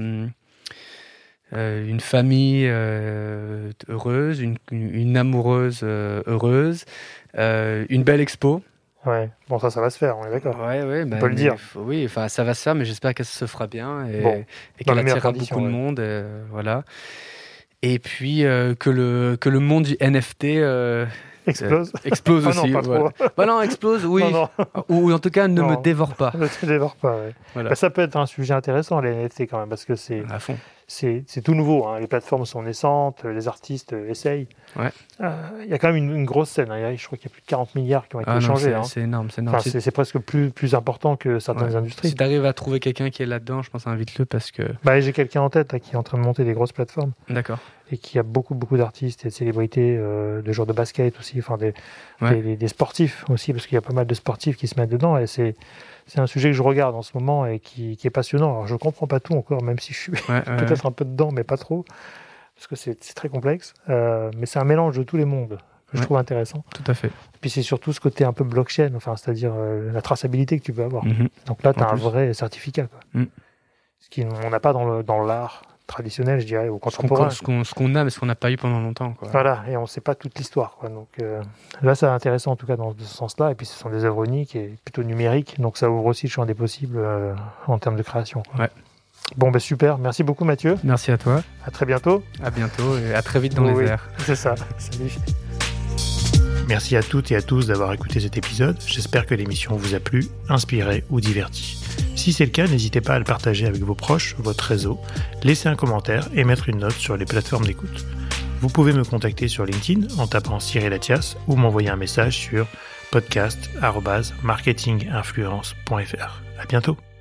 une famille heureuse, une amoureuse heureuse, une belle expo. Ouais, bon ça va se faire, on est d'accord. Ouais, on peut le dire. Oui, enfin ça va se faire, mais j'espère qu'elle se fera bien et qu'elle attirera beaucoup de monde, voilà. Et puis que le monde du NFT explose aussi. Non, pas trop. Non, explose, oui. Non. Ou en tout cas, ne me dévore pas. Ne te dévore pas, ouais. Voilà. Ça peut être un sujet intéressant, les NFT quand même, parce que c'est tout nouveau. Hein. Les plateformes sont naissantes, les artistes essayent. Ouais. Y a quand même une grosse scène. Hein. Je crois qu'il y a plus de 40 milliards qui ont été échangés. C'est énorme. Enfin, c'est presque plus important que certaines industries. Si tu arrives à trouver quelqu'un qui est là-dedans, je pense invite-le parce que... j'ai quelqu'un en tête qui est en train de monter des grosses plateformes. D'accord. Et qui a beaucoup d'artistes et de célébrités, de joueurs de basket aussi, enfin des sportifs aussi, parce qu'il y a pas mal de sportifs qui se mettent dedans. Et c'est un sujet que je regarde en ce moment et qui est passionnant. Alors, je ne comprends pas tout encore, même si je suis peut-être un peu dedans, mais pas trop, parce que c'est très complexe. Mais c'est un mélange de tous les mondes que je trouve intéressant. Tout à fait. Et puis c'est surtout ce côté un peu blockchain, c'est-à-dire la traçabilité que tu peux avoir. Donc là, tu as un vrai certificat. Quoi. Ce qu'on n'a pas dans l'art traditionnel, je dirais, ou contemporain. Ce qu'on a, mais ce qu'on n'a pas eu pendant longtemps, quoi. Voilà, et on ne sait pas toute l'histoire, quoi. Donc là, c'est intéressant en tout cas dans ce sens-là. Et puis ce sont des œuvres uniques et plutôt numériques, donc ça ouvre aussi le champ des possibles en termes de création, quoi. Ouais. Bon, super. Merci beaucoup, Mathieu. Merci à toi. À très bientôt. À bientôt et à très vite dans les airs. C'est ça. Salut. Merci à toutes et à tous d'avoir écouté cet épisode. J'espère que l'émission vous a plu, inspiré ou diverti. Si c'est le cas, n'hésitez pas à le partager avec vos proches, votre réseau, laisser un commentaire et mettre une note sur les plateformes d'écoute. Vous pouvez me contacter sur LinkedIn en tapant Cyril Athias ou m'envoyer un message sur podcast@marketinginfluence.fr. À bientôt.